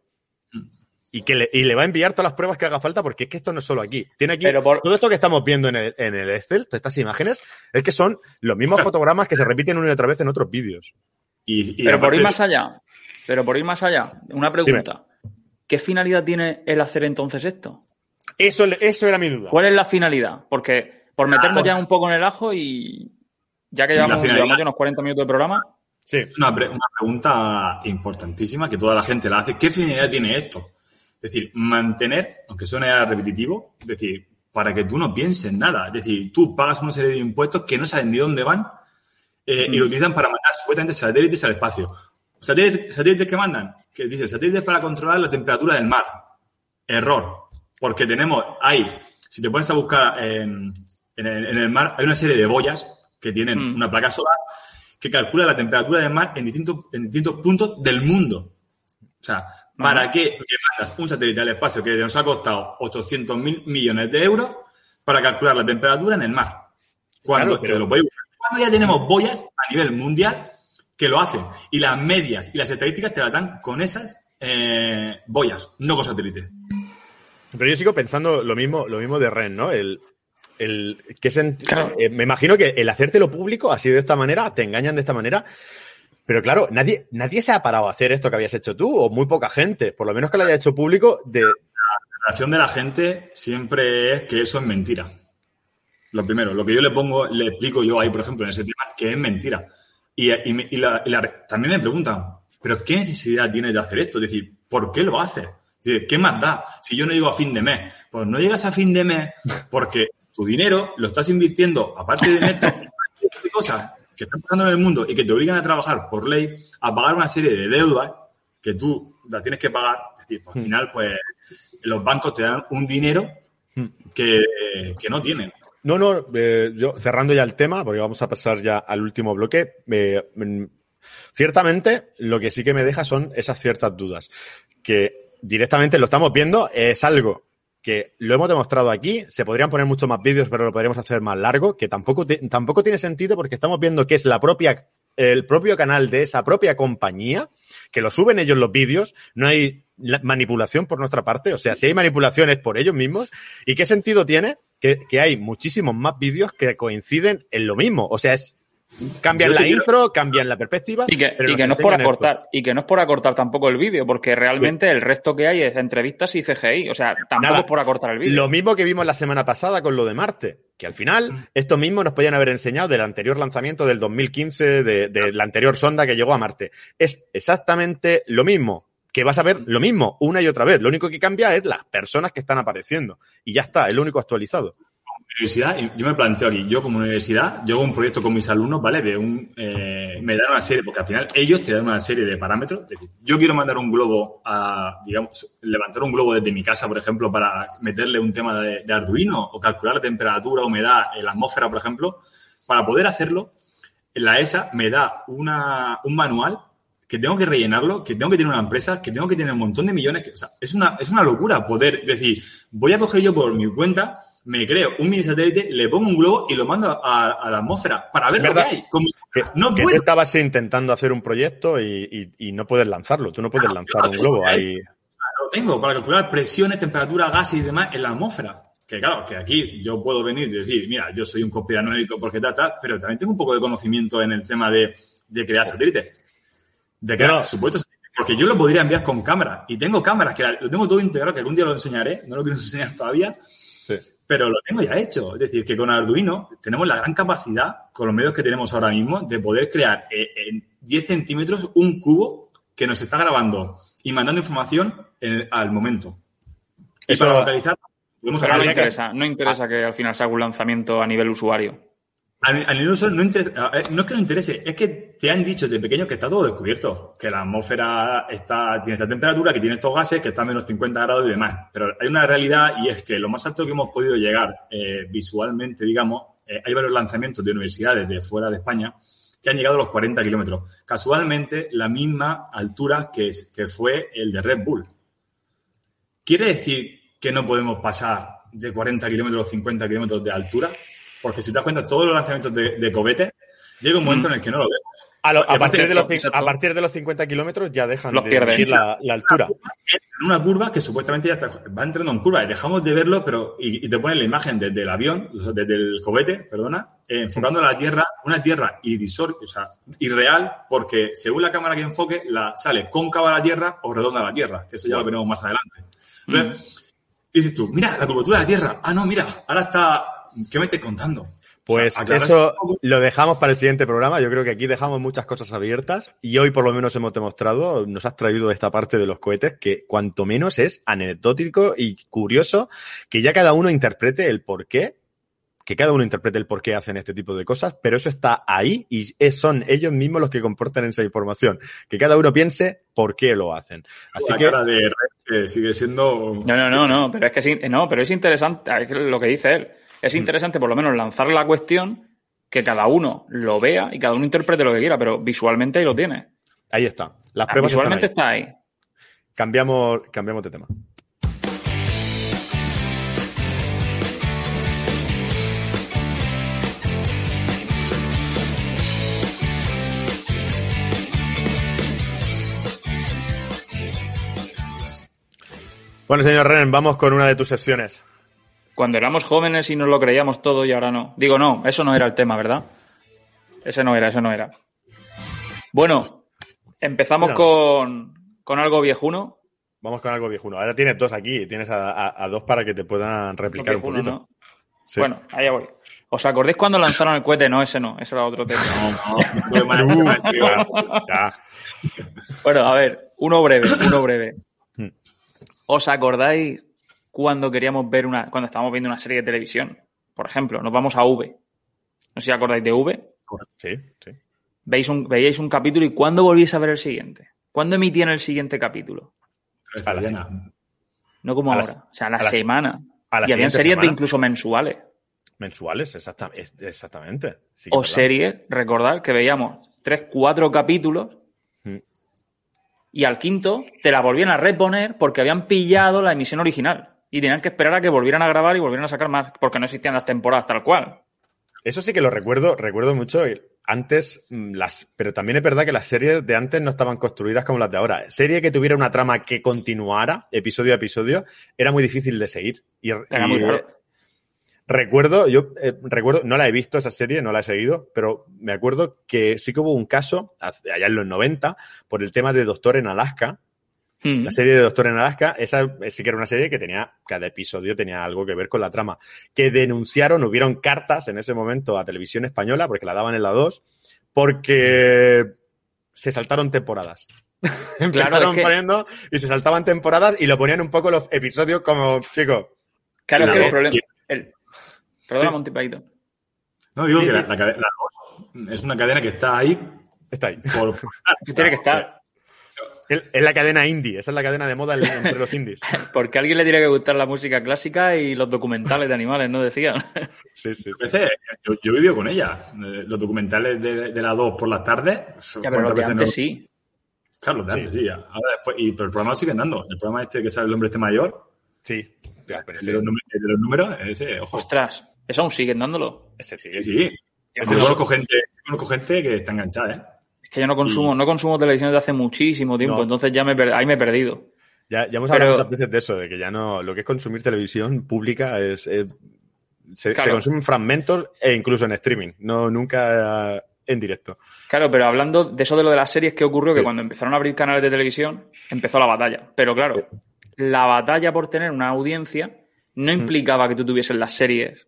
B: y que le, y le va a enviar todas las pruebas que haga falta porque es que esto no es solo aquí. Tiene aquí por... todo esto que estamos viendo en el, en el Excel, todas estas imágenes, es que son los mismos fotogramas que se repiten una y otra vez en otros vídeos.
C: Y, y
D: pero por ir más allá, pero por ir más allá, una pregunta. Dime. ¿Qué finalidad tiene el hacer entonces esto?
B: Eso, eso era mi duda.
D: ¿Cuál es la finalidad? Porque por meternos ah, ya un poco en el ajo y ya que llevamos, llevamos ya unos cuarenta minutos de programa.
C: Sí. Una, pre- una pregunta importantísima que toda la gente la hace. ¿Qué finalidad tiene esto? Es decir, mantener, aunque suene repetitivo, es decir, para que tú no pienses nada. Es decir, tú pagas una serie de impuestos que no saben ni dónde van eh, mm. y lo utilizan para mandar supuestamente satélites al espacio. ¿Satélites, satélites que mandan? Que dicen, satélites para controlar la temperatura del mar. Error. Porque tenemos, hay, si te pones a buscar en, en, el, en el mar, hay una serie de boyas que tienen mm. una placa solar que calcula la temperatura del mar en distintos, en distintos puntos del mundo. O sea, ¿para qué que mandas un satélite al espacio que nos ha costado ochocientos mil millones de euros para calcular la temperatura en el mar? Cuando, claro, pero... lo podéis buscar. Cuando ya tenemos boyas a nivel mundial que lo hacen. Y las medias y las estadísticas te las dan con esas eh, boyas, no con satélites.
B: Pero yo sigo pensando lo mismo, lo mismo de Ren, ¿no? El, el que sent... claro. eh, me imagino que el hacértelo público así de esta manera, te engañan de esta manera. Pero claro, nadie, nadie se ha parado a hacer esto que habías hecho tú, o muy poca gente, por lo menos que lo haya hecho público. De...
C: La reacción de la gente siempre es que eso es mentira. Lo primero, lo que yo le pongo, le explico yo ahí, por ejemplo, en ese tema, que es mentira. Y, y, y, la, y la, también me preguntan, ¿pero qué necesidad tienes de hacer esto? Es decir, ¿por qué lo haces? Es decir, ¿qué más da si yo no llego a fin de mes? Pues no llegas a fin de mes porque tu dinero lo estás invirtiendo, aparte de neto, en cosas que están pasando en el mundo y que te obligan a trabajar por ley a pagar una serie de deudas que tú las tienes que pagar. Es decir, pues, al final, pues los bancos te dan un dinero que, eh, que no tienen.
B: No, no, eh, yo cerrando ya el tema, porque vamos a pasar ya al último bloque. Eh, ciertamente, lo que sí que me deja son esas ciertas dudas. Que directamente lo estamos viendo, es algo que lo hemos demostrado aquí, se podrían poner muchos más vídeos, pero lo podríamos hacer más largo, que tampoco, te, tampoco tiene sentido porque estamos viendo que es la propia, el propio canal de esa propia compañía, que lo suben ellos los vídeos, no hay manipulación por nuestra parte, o sea, si hay manipulación es por ellos mismos, ¿y qué sentido tiene? Que, que hay muchísimos más vídeos que coinciden en lo mismo, o sea, es cambian la quiero... intro, cambian la perspectiva.
D: Y que, y que no es por acortar, esto. y que no es por acortar tampoco el vídeo, porque realmente sí. el resto que hay es entrevistas y C G I. O sea, tampoco Nada, es por acortar el vídeo.
B: Lo mismo que vimos la semana pasada con lo de Marte, que al final esto mismo nos podían haber enseñado del anterior lanzamiento del dos mil quince, de, de la anterior sonda que llegó a Marte. Es exactamente lo mismo, que vas a ver lo mismo una y otra vez. Lo único que cambia es las personas que están apareciendo. Y ya está, es lo único actualizado.
C: Universidad, yo me planteo aquí, yo como universidad, yo hago un proyecto con mis alumnos, ¿vale? De un, eh, me dan una serie, porque al final ellos te dan una serie de parámetros. Es decir, yo quiero mandar un globo a, digamos, levantar un globo desde mi casa, por ejemplo, para meterle un tema de, de Arduino o calcular la temperatura, humedad en la atmósfera, por ejemplo. Para poder hacerlo, la E S A me da una, un manual que tengo que rellenarlo, que tengo que tener una empresa, que tengo que tener un montón de millones. Que, o sea, es una, es una locura poder decir, voy a coger yo por mi cuenta me creo un mini satélite, le pongo un globo y lo mando a, a la atmósfera para ver
B: ¿verdad?
C: lo que hay. Como,
B: Que,
C: no
B: que
C: puedo.
B: tú estabas intentando hacer un proyecto y, y, y no puedes lanzarlo. Tú no puedes
C: Claro,
B: lanzar
C: yo
B: un
C: lo
B: globo
C: tengo,
B: ahí.
C: Lo tengo para calcular presiones, temperatura, gases y demás en la atmósfera. Que claro, que aquí yo puedo venir y decir, mira, yo soy un conspiranoico porque tal, tal, pero también tengo un poco de conocimiento en el tema de, de crear satélites. De crear
B: No.
C: supuestos satélites. Porque yo lo podría enviar con cámaras. Y tengo cámaras que la- lo tengo todo integrado, que algún día lo enseñaré. No lo quiero enseñar todavía.
B: Sí.
C: Pero lo tengo ya hecho. Es decir, que con Arduino tenemos la gran capacidad, con los medios que tenemos ahora mismo, de poder crear eh, en diez centímetros un cubo que nos está grabando y mandando información en- al momento. Y
B: Eso-
C: para localizar, podemos
D: Pero no
C: hacer-
D: interesa, no interesa que al final se haga un lanzamiento a nivel usuario.
C: A, a nivel uso no interesa, eh, no es que no interese, es que te han dicho desde pequeño que está todo descubierto, que la atmósfera está, tiene esta temperatura, que tiene estos gases, que está a menos cincuenta grados y demás. Pero hay una realidad y es que lo más alto que hemos podido llegar eh, visualmente, digamos, eh, hay varios lanzamientos de universidades de fuera de España que han llegado a los cuarenta kilómetros. Casualmente, la misma altura que, es, que fue el de Red Bull. ¿Quiere decir que no podemos pasar de cuarenta kilómetros o cincuenta kilómetros de altura? Porque si te das cuenta, todos los lanzamientos de, de cohetes llega un momento
D: Mm.
C: en el que no lo vemos.
B: A, lo- a
C: Y
B: partir de los, cin-
D: exacto.
B: a partir de los cincuenta kilómetros ya dejan
D: Los
B: de
D: pierden.
B: medir la, la altura.
C: En una curva que supuestamente ya está, va entrando en curva y dejamos de verlo, pero y, y te ponen la imagen desde el avión, desde el cohete, perdona, eh, enfocando a la Tierra, una Tierra irrisor, o sea, irreal, porque según la cámara que enfoque, la sale cóncava a la Tierra o redonda a la Tierra, que eso ya lo veremos más adelante. Entonces, dices tú, mira, la curvatura de la Tierra. Ah, no, mira, ahora está... ¿Qué me estás contando?
B: Pues
C: O sea, aclarar
B: eso
C: un poco.
B: lo dejamos para el siguiente programa. Yo creo que aquí dejamos muchas cosas abiertas y hoy por lo menos hemos demostrado, nos has traído esta parte de los cohetes que cuanto menos es anecdótico y curioso que ya cada uno interprete el por qué, que cada uno interprete el por qué hacen este tipo de cosas, pero eso está ahí y es- son ellos mismos los que comportan esa información. Que cada uno piense por qué lo hacen. Así
C: La
B: que
C: cara de Red, que sigue siendo...
D: No, no, no, no, pero es que sí, no, pero es interesante, es que lo que dice él. Es interesante por lo menos lanzar la cuestión, que cada uno lo vea y cada uno interprete lo que quiera, pero visualmente ahí lo tiene.
B: ahí está. Las
D: Ah,
B: pruebas están
D: visualmente
B: ahí.
D: está ahí.
B: Cambiamos, cambiamos de tema. Bueno, señor Ren, vamos con una de tus secciones.
D: Cuando éramos jóvenes y nos lo creíamos todo y ahora no. Digo, no, eso no era el tema, ¿verdad? Ese no era, ese no era. Bueno, empezamos
B: Mira.
D: con, con algo viejuno.
B: Vamos con algo viejuno. Ahora tienes dos aquí, tienes a, a- a dos para que te puedan replicar un
D: Viejuno,
B: poquito.
D: ¿no?
B: Sí.
D: Bueno, allá voy. ¿Os acordáis cuando lanzaron el cohete? No, ese no, ese era otro tema.
C: No, no, no, no, no, no,
B: Ya, ya.
D: Bueno, a ver, uno breve, uno breve.
B: Hmm.
D: ¿Os acordáis cuando queríamos ver una, cuando estábamos viendo una serie de televisión? Por ejemplo, nos vamos a V. No sé si acordáis de V.
B: Sí, sí.
D: Veis un, veíais un capítulo y ¿cuándo volvíais a ver el siguiente? ¿Cuándo emitían el siguiente capítulo?
B: A la
C: Llena.
D: No como
B: A
D: ahora.
B: las-
D: o sea, a la
B: a las-
D: semana.
B: a la
D: y habían
B: siguiente
D: series de
B: semana.
D: incluso mensuales.
B: Mensuales, exacta- es- exactamente. Sí que
D: O
B: es verdad.
D: series, recordad que veíamos tres, cuatro capítulos
B: Mm.
D: y al quinto te la volvían a reponer porque habían pillado la emisión original. Y tenían que esperar a que volvieran a grabar y volvieran a sacar más, porque no existían las temporadas tal cual.
B: Eso sí que lo recuerdo, recuerdo mucho. eh, Antes, mm, las, pero también es verdad que las series de antes no estaban construidas como las de ahora. Serie que tuviera una trama que continuara episodio a episodio era muy difícil de seguir. Y,
D: Era
B: y,
D: muy
B: eh,
D: raro.
B: recuerdo, yo eh, recuerdo, no la he visto esa serie, no la he seguido, pero me acuerdo que sí que hubo un caso hace- allá en los noventa por el tema de Doctor en Alaska.
D: Mm.
B: La serie de Doctor en Alaska, esa eh, sí que era una serie que tenía, cada episodio tenía algo que ver con la trama. Que denunciaron, hubieron cartas en ese momento a Televisión Española, porque la daban en la dos, porque se saltaron temporadas. Empezaron
D: es que-
B: poniendo y se saltaban temporadas y lo ponían un poco los episodios como, chicos,
D: Claro, es que
C: La
D: el
C: dos,
D: problema...
C: que-
D: El... Perdona,
B: Sí.
D: Monty Python.
C: No, digo
B: Sí,
C: que
B: sí.
C: la, la cadena la dos es una cadena que está ahí
B: está ahí.
C: por...
D: Tiene que estar.
B: Es es la cadena indie, esa es la cadena de moda en- entre los indies.
D: Porque a alguien le tiene que gustar la música clásica y los documentales de animales, ¿no? Decían.
B: Sí, sí, sí.
C: A veces, yo, yo he vivido con ella. Eh, Los documentales de, de la dos por las tardes.
D: Ya, pero los
C: ¿cuántas
D: de
C: veces
D: antes
C: no-
D: sí.
C: Claro, los de antes sí. Ahora después, y, pero el programa lo siguen dando. El programa este que sale el hombre este mayor.
B: Sí. Ya, pero
C: El de los, números, el de los números, ese, ojo.
D: Ostras, ¿eso aún siguen dándolo?
B: Ese sí.
C: Sí, sí. Yo conozco gente, conozco gente que está enganchada, ¿eh?
D: Es que yo no consumo, no consumo televisión desde hace muchísimo tiempo,
B: No.
D: entonces ya me per- ahí me he perdido.
B: Ya, ya hemos
D: Pero-
B: hablado muchas veces de eso, de que ya no, lo que es consumir televisión pública es, es- se,
D: Claro.
B: se consumen fragmentos e incluso en streaming, no nunca eh, en directo.
D: Claro, pero hablando de eso de lo de las series, ¿qué ocurrió? Que
B: Sí.
D: cuando empezaron a abrir canales de televisión, empezó la batalla. Pero claro, la batalla por tener una audiencia no implicaba que tú tuvieses las series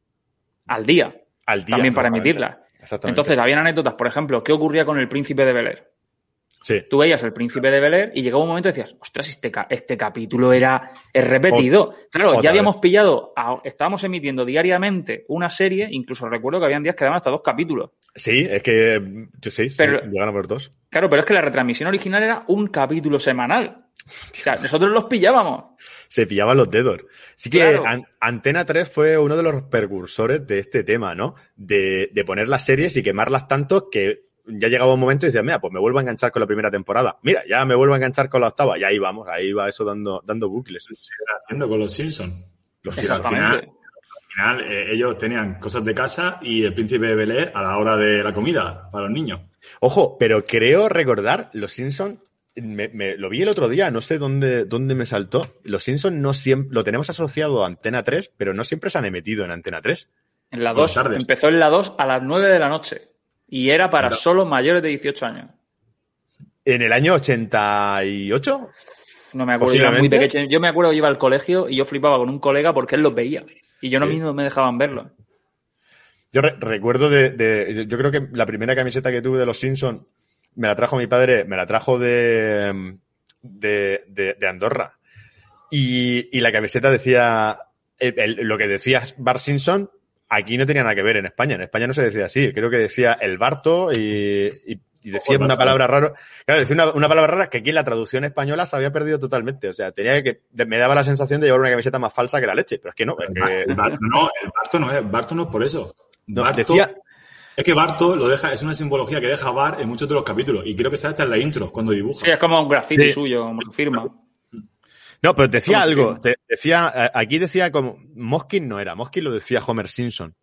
D: al día,
B: Al día.
D: también para
B: exactamente.
D: emitirlas.
B: Exactamente.
D: Entonces, habían anécdotas, por ejemplo, ¿qué ocurría con El Príncipe de Bel-Air?
B: sí.
D: Tú veías El Príncipe de Bel-Air y llegaba un momento y decías, ostras, este, ca- este capítulo era es repetido. Claro,
B: otra
D: ya habíamos
B: vez.
D: pillado, a- estábamos emitiendo diariamente una serie, incluso recuerdo que habían días que daban hasta dos capítulos.
B: Sí, es que yo sí, sí,
D: Pero-
B: llegaron a ver dos.
D: Claro, pero es que la retransmisión original era un capítulo semanal. O sea, nosotros los pillábamos.
B: Se pillaban los dedos. Sí que
D: Claro.
B: An- Antena tres fue uno de los precursores de este tema, ¿no? De, de poner las series y quemarlas tanto que ya llegaba un momento y decías, mira, pues me vuelvo a enganchar con la primera temporada. Mira, ya me vuelvo a enganchar con la octava. Y ahí vamos, ahí va eso dando, dando bucles.
C: Lo siguen haciendo con los Simpsons.
B: Los
C: Al final,
D: Exactamente.
C: al final eh, ellos tenían cosas de casa y el Príncipe de Bel-Air a la hora de la comida para los niños.
B: Ojo, pero creo recordar, Los Simpsons, me, me- lo vi el otro día, no sé dónde, dónde me saltó. Los Simpsons no siempre, lo tenemos asociado a Antena tres, pero no siempre se han emitido en Antena tres.
D: En la
C: Por
D: dos,
C: las tardes.
D: empezó en la dos a las nueve de la noche. Y era para
C: Claro.
D: solo mayores de dieciocho años.
B: En el año ochenta y ocho,
D: No me acuerdo, yo era muy
B: Posiblemente.
D: pequeño. Yo me acuerdo que iba al colegio y yo flipaba con un colega porque él los veía. Y yo no
B: Sí.
D: mismo me dejaban verlos.
B: yo re- recuerdo de, de, yo creo que la primera camiseta que tuve de Los Simpsons me la trajo mi padre, me la trajo de, de, de, de Andorra. Y, y la camiseta decía, el- el- lo que decía Bart Simpson, aquí no tenía nada que ver en España. En España no se decía así. Creo que decía el Barto y, y, y decía
C: Ojo, el
B: una
C: Barto.
B: palabra rara. Claro, decía una, una palabra rara que aquí en la traducción española se había perdido totalmente. O sea, tenía que, de- me daba la sensación de llevar una camiseta más falsa que la leche. Pero es que no. Es
C: El,
B: que,
C: Bar- el Bar- no, el Barto no es, Barto no es por eso.
B: no,
C: Barto-
B: decía,
C: Es que Barto lo deja, es una simbología que deja Bar en muchos de los capítulos. Y creo que se hasta en la intro, cuando dibuja.
D: Sí, es como un graffiti
B: Sí.
D: suyo, como su firma.
B: no, pero decía
D: ¿Cómo
B: algo.
D: que?
B: te- decía, eh, aquí decía como, Moskin no era. Moskin lo decía Homer Simpson.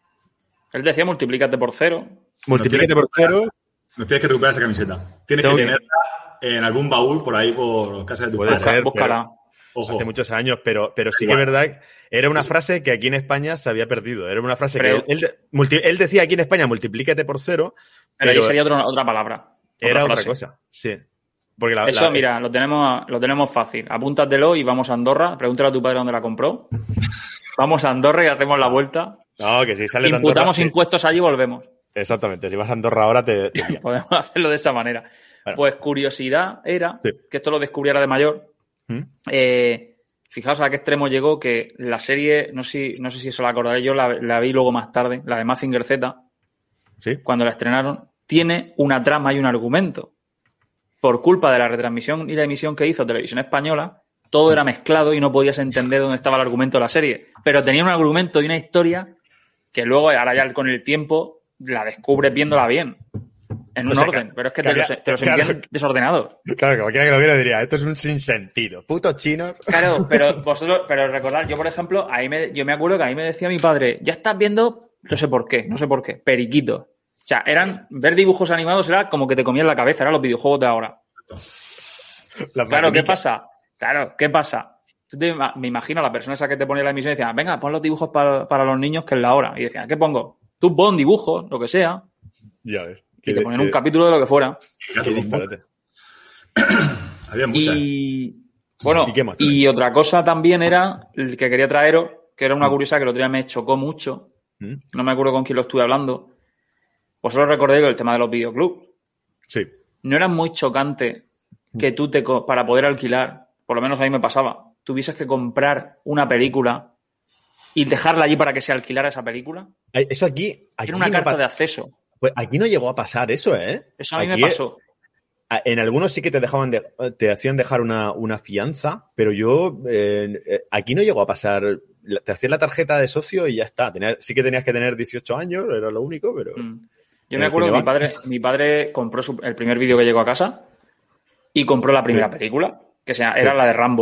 D: Él decía multiplícate por cero.
B: Multiplícate
C: tienes
B: por
C: que
B: cero.
C: Nos tienes que recuperar esa camiseta. Tienes
B: Tengo
C: que
B: que-
C: tenerla en algún baúl por ahí por casa de tu
B: Puede
C: padre.
B: ser.
D: Búscala.
C: Ojo.
B: Hace muchos años, pero, pero sí que
C: Igual.
B: es verdad, era una frase que aquí en España se había perdido. Era una frase
D: Pero-
B: que él, él, multi- él decía aquí en España, multiplícate por cero,
D: Pero,
B: pero
D: ahí sería otro- otra palabra.
B: era otra
D: frase.
B: cosa. Sí. Porque la,
D: Eso,
B: la-
D: mira, lo tenemos, lo tenemos fácil. Apúntatelo y vamos a Andorra. Pregúntale a tu padre dónde la compró. Vamos a Andorra y hacemos la vuelta.
B: No, que si sale de
D: Imputamos
B: Andorra,
D: impuestos allí y volvemos.
B: sí. Exactamente. Si vas a Andorra ahora, te, te pillan.
D: Podemos hacerlo de esa manera.
B: Bueno.
D: Pues curiosidad era,
B: Sí.
D: que esto lo descubriera de mayor,
B: ¿Mm?
D: eh, fijaos a qué extremo llegó que la serie, no sé, si- no sé si eso la acordaré yo, la, la vi luego más tarde, la de Mazinger Z,
B: Sí.
D: cuando la estrenaron, tiene una trama y un argumento. Por culpa de la retransmisión y la emisión que hizo Televisión Española, todo era mezclado y no podías entender dónde estaba el argumento de la serie. Pero tenía un argumento y una historia que luego, ahora ya con el tiempo, la descubres viéndola bien. En un
B: O sea,
D: orden.
B: que-
D: Pero es que
B: que
D: te los,
B: había-
D: te los
B: claro.
D: envían desordenados.
B: Claro, que cualquiera que lo viera diría, esto es un sinsentido. Putos chinos.
D: Claro, pero vosotros, pero recordad, yo por ejemplo, ahí me, yo me acuerdo que a mí me decía mi padre, ya estás viendo, no sé por qué, no sé por qué, periquitos. O sea, eran, ver dibujos animados era como que te comían la cabeza, eran los videojuegos de ahora.
B: La
D: Claro, ¿qué
B: platica.
D: pasa? Claro, ¿qué pasa? Tú te ima- me imagino a la persona esa que te ponía la emisión y decía, venga, pon los dibujos para, para los niños que es la hora. Y decía, ¿qué pongo? Tú pon dibujos, lo que sea,
B: Ya ves.
D: y te ponían un capítulo de lo que fuera.
C: Gato
B: Qué
C: con botas.
B: disparate.
C: Había muchas.
D: Y bueno,
B: ¿Y qué más?
D: y otra cosa también era el que quería traeros, que era una curiosidad que el otro día me chocó mucho.
B: ¿Mm?
D: No me acuerdo con quién lo estuve hablando. Vosotros recordáis el tema de los videoclubs.
B: Sí.
D: ¿No era muy chocante que tú te co- para poder alquilar, por lo menos a mí me pasaba, tuvieses que comprar una película y dejarla allí para que se alquilara esa película?
B: Ay, Eso aquí, aquí,
D: Era una
B: no
D: carta
B: pa-
D: de acceso.
B: pues aquí no llegó a pasar eso, ¿eh?
D: Eso a mí
B: Aquí,
D: me pasó.
B: a- En algunos sí que te dejaban de- te hacían dejar una, una fianza, pero yo eh, eh, aquí no llegó a pasar. La- Te hacían la tarjeta de socio y ya está. Tenía- sí que tenías que tener dieciocho años, era lo único, pero.
D: Mm.
B: En
D: Yo me
B: el
D: acuerdo que mi
B: Cinebank.
D: padre, mi padre compró su- el primer vídeo que llegó a casa y compró la primera
B: Sí.
D: película, que sea, era
B: Sí.
D: la de Rambo.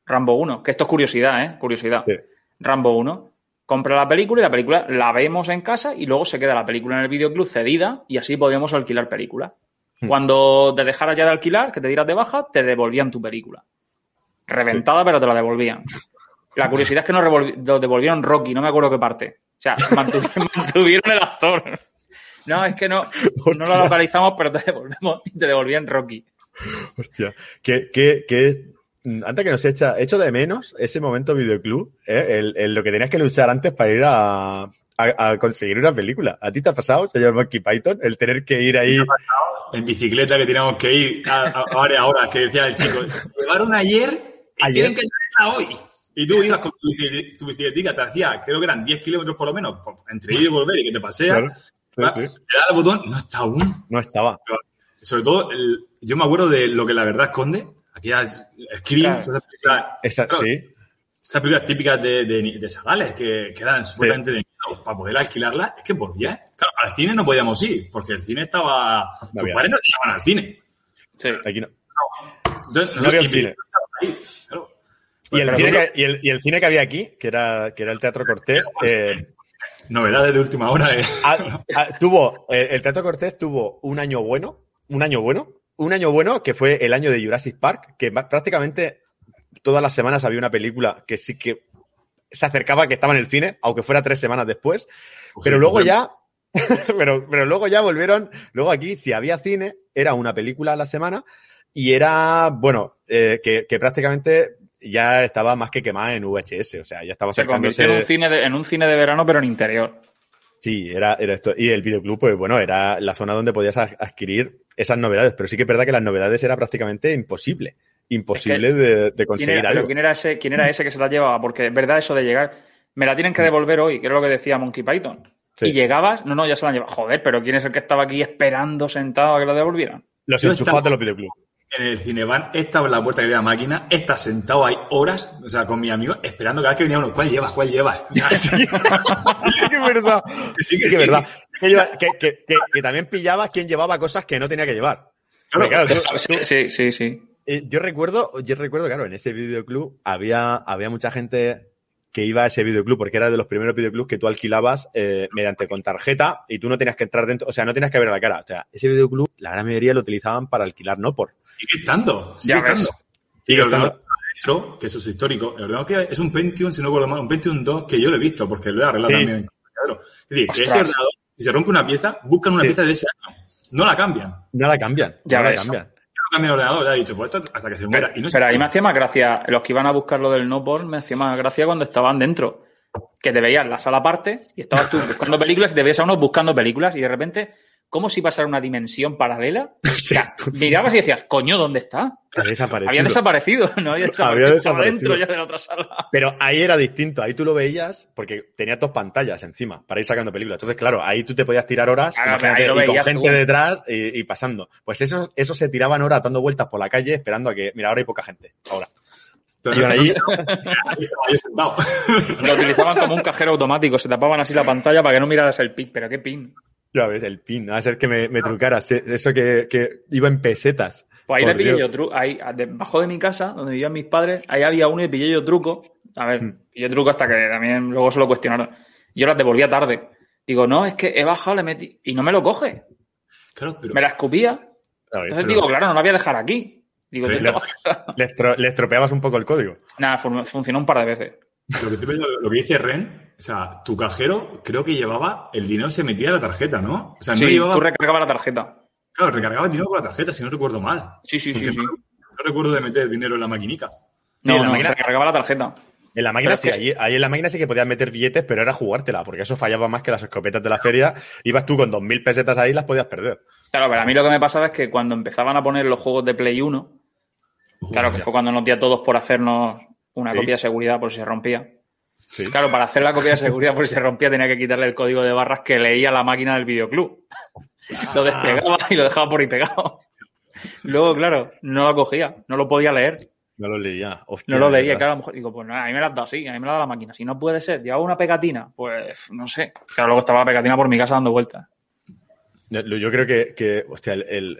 D: Rambo uno, que esto es curiosidad, ¿eh? Curiosidad.
B: Sí.
D: Rambo uno. Compra la película y la película la vemos en casa y luego se queda la película en el videoclub cedida y así podíamos alquilar películas. Hmm. Cuando te dejaras ya de alquilar, que te dieras de baja, te devolvían tu película. Reventada, sí. Pero te la devolvían. La curiosidad es que nos, revolvi- nos devolvieron Rocky, no me acuerdo qué parte. O sea, mantuvieron, mantuvieron el actor. No, es que no, no lo localizamos, pero te devolvemos y te devolvían Rocky.
B: Hostia, que, que, que antes que nos echa, echo de menos ese momento videoclub, ¿eh? el, el, lo que tenías que luchar antes para ir a, a, a conseguir una película. ¿A ti te ha pasado, señor Monkey Python, el tener que ir ahí?
C: En bicicleta que teníamos que ir a, a, a varias horas, que decía el chico, llevaron ayer y ¿Ayer? Tienen que traerla hoy. Y tú ibas con tu, tu bicicletica, te hacía, creo que eran diez kilómetros por lo menos, entre ir y volver y que te paseas. Claro, sí, sí. Le das el botón, no está aún.
B: No estaba.
C: Pero, sobre todo, el, yo me acuerdo de Lo que la verdad esconde, aquellas Scream, claro. esas películas,
B: Esa,
C: claro,
B: sí.
C: esas películas típicas de, de, de Sagales, que, que eran supuestamente sí. de miedo, para poder alquilarlas, es que volvías. Claro, al cine no podíamos ir, porque el cine estaba... No tus padres no te llevaban al cine.
B: Sí. Aquí no.
C: Entonces,
B: no había un cine.
C: Ahí, claro.
B: Y el, cine que, y, el, y el cine que había aquí, que era, que era el Teatro Cortés... Eh,
C: novedades de última hora. Eh.
B: A, a, tuvo, eh, el Teatro Cortés tuvo un año bueno, un año bueno, un año bueno que fue el año de Jurassic Park, que prácticamente todas las semanas había una película que sí que se acercaba, que estaba en el cine, aunque fuera tres semanas después, Ojo, pero luego ya, pero, pero luego ya volvieron, luego aquí si había cine, era una película a la semana y era, bueno, eh, que, que prácticamente... ya estaba más que quemada en V H S, o sea, ya estaba
D: se convirtió en un cine de, en un cine de verano, pero en interior.
B: Sí, era, era esto. Y el videoclub, pues bueno, era la zona donde podías adquirir esas novedades, pero sí que es verdad que las novedades era prácticamente imposible. Imposible es que, de, de conseguir
D: ¿quién era,
B: algo.
D: Pero ¿quién era ese, quién era ese que se la llevaba? Porque es verdad eso de llegar, me la tienen que devolver hoy, que era lo que decía Monkey Python. Sí. Y llegabas, no, no, ya se la han llevado. Joder, pero ¿quién es el que estaba aquí esperando sentado a que la devolvieran?
B: Los enchufados de los videoclubs.
C: En el Cineban, estaba en la puerta que había máquina, está sentado ahí horas, o sea, con mi amigo, esperando cada vez que venía uno, ¿cuál llevas? ¿Cuál llevas?
B: Sí, sí que es verdad. Sí que es sí. verdad. Que, lleva, que, que, que, que también pillaba quien llevaba cosas que no tenía que llevar.
C: Claro,
B: claro
D: tú, sí, sí, sí, sí.
B: Eh, yo recuerdo, yo recuerdo, claro, en ese videoclub había, había mucha gente que iba a ese videoclub, porque era de los primeros videoclubs que tú alquilabas eh, mediante con tarjeta y tú no tenías que entrar dentro, o sea, no tenías que ver la cara. O sea, ese videoclub, la gran mayoría lo utilizaban para alquilar, no por.
C: Sigue estando, sigue
D: ya
C: estando.
B: Y
C: el ordenador dentro, que eso es histórico, el ordenador que es un Pentium, si no recuerdo mal, un Pentium dos, que yo lo he visto, porque lo he arreglado sí. también. Claro. Es decir, que ese ordenador, si se rompe una pieza, buscan una sí. pieza de ese año. No la cambian.
B: No la cambian.
D: Ya
B: no
D: ves.
B: la cambian.
C: Cambia el ordenador, ya he dicho, pues esto hasta que se muera.
D: Pero,
C: y no
D: pero
C: se
D: ahí me hacía más gracia, los que iban a buscar lo del no-porn, me hacía más gracia cuando estaban dentro. Que te veías la sala aparte y estabas tú buscando películas y te veías a unos buscando películas y de repente, como si pasara una dimensión paralela. O sea, mirabas y decías, coño, ¿dónde está?
B: Había desaparecido.
D: Había desaparecido, ¿no? Había desaparecido.
B: Había desaparecido.
D: Dentro ya de la otra sala.
B: Pero ahí era distinto, ahí tú lo veías porque tenía dos pantallas encima para ir sacando películas. Entonces, claro, ahí tú te podías tirar horas, claro, imagínate, y con gente tú. detrás y, y pasando. Pues esos, esos se tiraban horas dando vueltas por la calle esperando a que, mira, ahora hay poca gente, ahora.
C: Pero no,
B: ahí...
D: Lo utilizaban como un cajero automático, se tapaban así la pantalla para que no miraras el pin, pero qué pin.
B: Ya ves, el pin, a ser que me, me trucaras, eso que, que iba en pesetas.
D: Pues ahí le pillé Dios. yo truco, ahí debajo de mi casa, donde vivían mis padres, ahí había uno y pillé yo truco. A ver, hmm. pillé truco hasta que también luego se lo cuestionaron. Yo las devolvía tarde. Digo, no, es que he bajado, le metí, y no me lo coge.
C: Claro, pero...
D: Me la escupía. Ver, Entonces pero... digo, claro, no la voy a dejar aquí. Digo,
B: le, le, estro, le estropeabas un poco el código.
D: Nada, fun, funcionó un par de veces.
C: Lo que, te, lo que dice Ren, o sea, tu cajero creo que llevaba, el dinero se metía en la tarjeta, ¿no? O sea,
D: sí,
C: no llevaba...
D: tú recargabas la tarjeta.
C: Claro, recargaba el dinero con la tarjeta, si no recuerdo mal.
D: Sí, sí, sí. sí.
C: No, no recuerdo de meter dinero en la maquinica.
D: No,
B: sí,
D: no,
B: la máquina...
D: recargaba la tarjeta.
B: En la máquina
D: pero
B: sí,
D: que...
B: ahí, ahí en la máquina sí que podías meter billetes, pero era jugártela, porque eso fallaba más que las escopetas de la feria. Ibas tú con dos mil pesetas ahí y las podías perder.
D: Claro, pero a mí lo que me pasaba es que cuando empezaban a poner los juegos de Play uno, uh, claro, que ya. fue cuando nos dio a todos por hacernos una sí. copia de seguridad por si se rompía. Sí. Claro, para hacer la copia de seguridad por si se rompía tenía que quitarle el código de barras que leía la máquina del videoclub. Ah. Lo despegaba y lo dejaba por ahí pegado. Luego, claro, no lo cogía, no lo podía leer.
B: No lo leía. Hostia,
D: no lo leía, claro, a lo mejor digo, pues nada, a mí me la has dado así, a mí me la ha dado la máquina. Si no puede ser, llevaba una pegatina, pues no sé. Claro, luego estaba la pegatina por mi casa dando vueltas.
B: Yo creo que, que hostia, el, el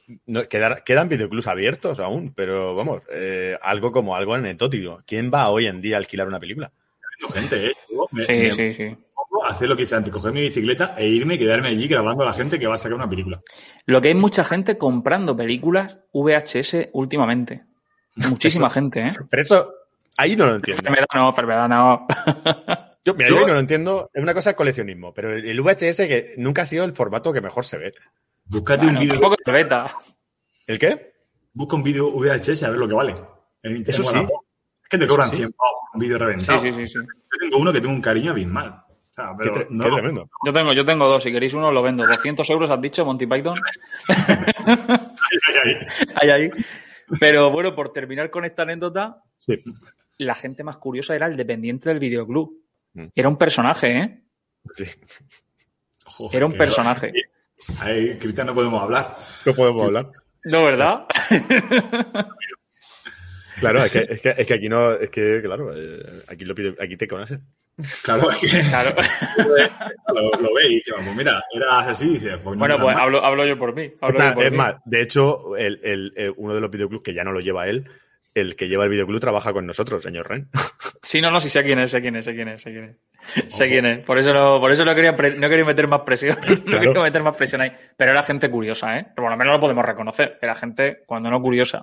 B: no, quedar, quedan videoclubs abiertos aún, pero vamos, eh, algo como algo anecdótico. ¿Quién va hoy en día a alquilar una película?
C: Gente, ¿eh? Me,
D: Sí,
C: me,
D: sí, sí.
C: hacer lo que hice antes, coger mi bicicleta e irme y quedarme allí grabando a la gente que va a sacar una película.
D: Lo que hay mucha gente comprando películas V H S últimamente. Muchísima
B: Eso,
D: gente, ¿eh?
B: Pero eso, ahí no lo entiendo.
D: Enfermedad no, enfermedad no.
B: Yo, mira,
C: Yo-
B: yo ahí no lo entiendo. Es una cosa de coleccionismo, pero el, el V H S que nunca ha sido el formato que mejor se ve.
C: Búscate
D: Bueno,
C: un vídeo,
D: tampoco es beta.
B: ¿El qué?
C: busca un vídeo V H S a ver lo que vale. En internet,
B: Eso sí.
C: Wallapop. Es que te cobran
B: Eso sí.
C: cien pavos un vídeo
D: Sí,
C: reventado.
D: sí, sí, sí.
C: Yo tengo uno que tengo un cariño abismal. O sea,
B: Qué,
C: pero
B: tre-
C: no,
B: qué tremendo.
D: Yo tengo, yo tengo dos. Si queréis uno, lo vendo. doscientos euros, has dicho, Monty Python.
C: Ay, ay, ay.
D: Ahí, ahí. Pero bueno, por terminar con esta anécdota,
B: Sí.
D: la gente más curiosa era el dependiente del videoclub.
B: Mm.
D: Era un personaje, ¿eh?
B: Sí.
C: Joder,
D: Era un
C: qué
D: personaje.
C: raro. Ahí, Cristian, no podemos hablar.
B: No podemos hablar.
D: No, ¿verdad?
B: Claro, es que, es que, es que aquí no, es que, claro, eh, aquí lo pide, aquí te conoces.
C: Claro, es que
D: Claro.
C: lo, lo veis y dices, pues mira, eras así y dices, pues no
D: Bueno,
C: será
D: pues
C: más.
D: hablo, hablo yo por mí. Hablo
B: Es
D: yo
B: más,
D: por
B: es
D: mí.
B: más, de hecho, el, el, el- uno de los videoclubs que ya no lo lleva él, el que lleva el videoclub trabaja con nosotros, señor Ren.
D: Sí, no, no, sí sé quién es, sé quién es, sé quién es, sé quién es. Sé quién es. Por eso no, por eso no quería, pre- no quería meter más presión. No
B: Claro.
D: quería meter más presión ahí. Pero era gente curiosa, ¿eh? Por lo menos lo podemos reconocer. Era gente, cuando no curiosa.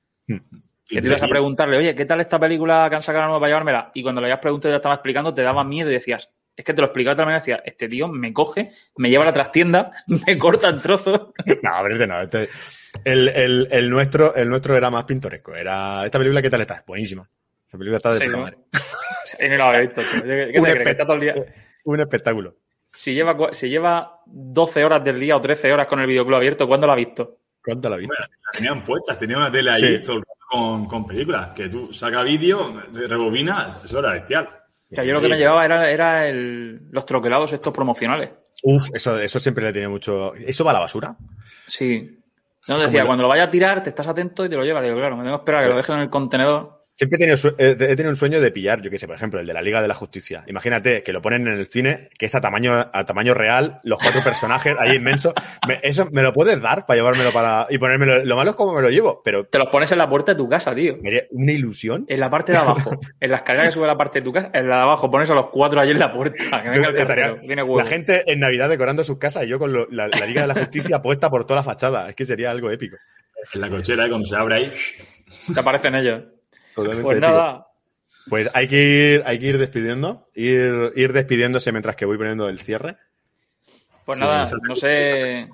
D: Que te ibas a preguntarle, oye, ¿qué tal esta película que han sacado nueva para llevármela? Y cuando le habías preguntado y te la estaba explicando, te daba miedo y decías, es que te lo explicaba de otra manera, decías, este tío me coge, me lleva a la trastienda, me corta en trozos.
B: No, pero este no. Este, el, el, el, nuestro, el nuestro era más pintoresco. Era, ¿esta película qué tal está? Buenísima. Esa película está de
D: Sí,
B: puta
D: ¿no?
B: madre.
D: Y no lo había visto, tío. ¿Qué te
B: Un
D: crees? Que
B: espe-
D: está todo el día...
B: Un espectáculo.
D: Si lleva, cua- si lleva doce horas del día o trece horas con el videoclub abierto, ¿cuándo lo ha visto?
B: ¿Cuánto la viste?
C: La tenían puestas, tenía una tele ahí
B: Sí.
C: todo el rato con, con películas. Que tú sacas vídeo, te rebobinas, eso era bestial.
D: O sea, yo lo que me llevaba era, era el, los troquelados estos promocionales.
B: Uf, eso, eso siempre le tenía mucho. ¿Eso va a la basura?
D: Sí. No, decía,
B: lo-
D: cuando lo vaya a tirar, te estás atento y te lo llevas. Digo, claro, me tengo que esperar a que lo dejen en el contenedor.
B: Siempre he tenido, su- eh, he tenido un sueño de pillar, yo qué sé, por ejemplo, el de la Liga de la Justicia. Imagínate que lo ponen en el cine, que es a tamaño, a tamaño real, los cuatro personajes ahí inmensos. Me- eso me lo puedes dar para llevármelo para y ponérmelo. Lo malo es cómo me lo llevo, pero
D: Te los pones en la puerta de tu casa, tío.
B: me haría una ilusión.
D: En la parte de abajo. En la escalera que sube a la parte de tu casa, en la de abajo pones a los cuatro allí en la puerta. Que venga el
B: Estaría-
D: cartero. Tiene huevo.
B: la gente en Navidad decorando sus casas y yo con lo- la, la Liga de la Justicia puesta por toda la fachada. Es que sería algo épico.
C: En la cochera, ¿eh? Cuando se abre ahí.
D: Te aparecen ellos.
B: Totalmente
D: Pues
B: épico.
D: nada.
B: Pues hay que ir, hay que ir despidiendo, ir, ir despidiéndose mientras que voy poniendo el cierre.
D: Pues
C: Sí,
D: nada,
C: exacto.
D: no sé.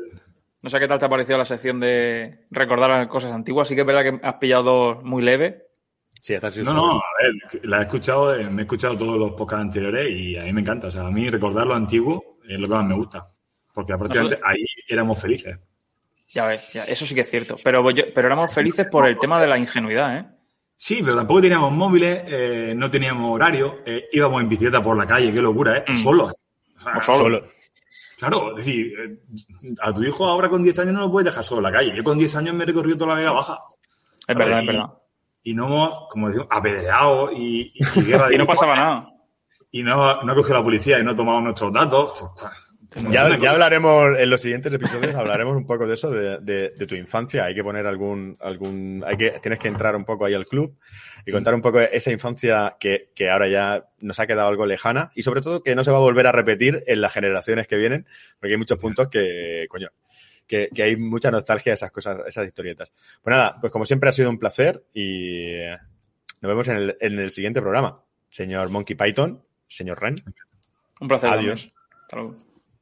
D: No sé qué tal te ha parecido la sección de recordar cosas antiguas. Sí que es verdad que has pillado dos muy leves.
B: Sí, está así.
C: No, no, a ver, la he escuchado, eh, me he escuchado todos los podcasts anteriores y a mí me encanta. O sea, a mí recordar lo antiguo es lo que más me gusta. Porque prácticamente ahí éramos felices.
D: Ya ves, ya, eso sí que es cierto. Pero, yo- pero éramos felices por el tema de la ingenuidad, ¿eh?
C: Sí, pero tampoco teníamos móviles, eh, no teníamos horario, eh, íbamos en bicicleta por la calle, qué locura, ¿eh?
D: Mm.
C: Solos. O sea,
D: O solo.
B: Solo.
C: Claro, es decir, eh, a tu hijo ahora con diez años no lo puedes dejar solo en la calle. Yo con diez años me he recorrido toda la Vega Baja.
D: Es verdad,
C: Y-
D: es verdad.
C: Y no hemos, como decimos, apedreado y, y, y guerra de
D: Y no pasaba nada.
C: Y no, no cogió la policía y no tomamos nuestros datos. Pues,
B: Ya,
C: una
B: ya
C: cosa.
B: hablaremos en los siguientes episodios, hablaremos un poco de eso, de, de- de tu infancia. Hay que poner algún, algún, hay que, tienes que entrar un poco ahí al club y contar un poco esa infancia que, que ahora ya nos ha quedado algo lejana y sobre todo que no se va a volver a repetir en las generaciones que vienen, porque hay muchos puntos que, coño, que, que hay mucha nostalgia de esas cosas, esas historietas. Pues nada, pues como siempre ha sido un placer y nos vemos en el, en el siguiente programa. Señor Monkey Python, señor Ren.
D: Un placer.
B: Adiós.
D: también. Hasta luego.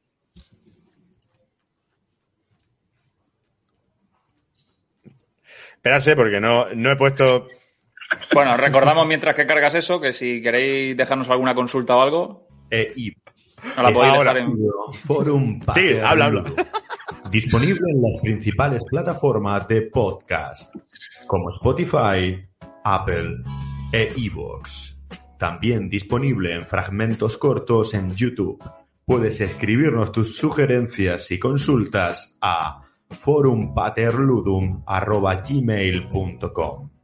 B: Esperarse porque no, no he puesto...
D: Bueno, recordamos mientras que cargas eso que si queréis dejarnos alguna consulta o algo,
F: E I P.
D: nos la podéis
B: ahora.
D: dejar en...
F: Forum
B: Sí, habla, habla.
F: Disponible en las principales plataformas de podcast, como Spotify, Apple e iVoox. También disponible en fragmentos cortos en YouTube. Puedes escribirnos tus sugerencias y consultas a forumpaterludum arroba gmail punto com.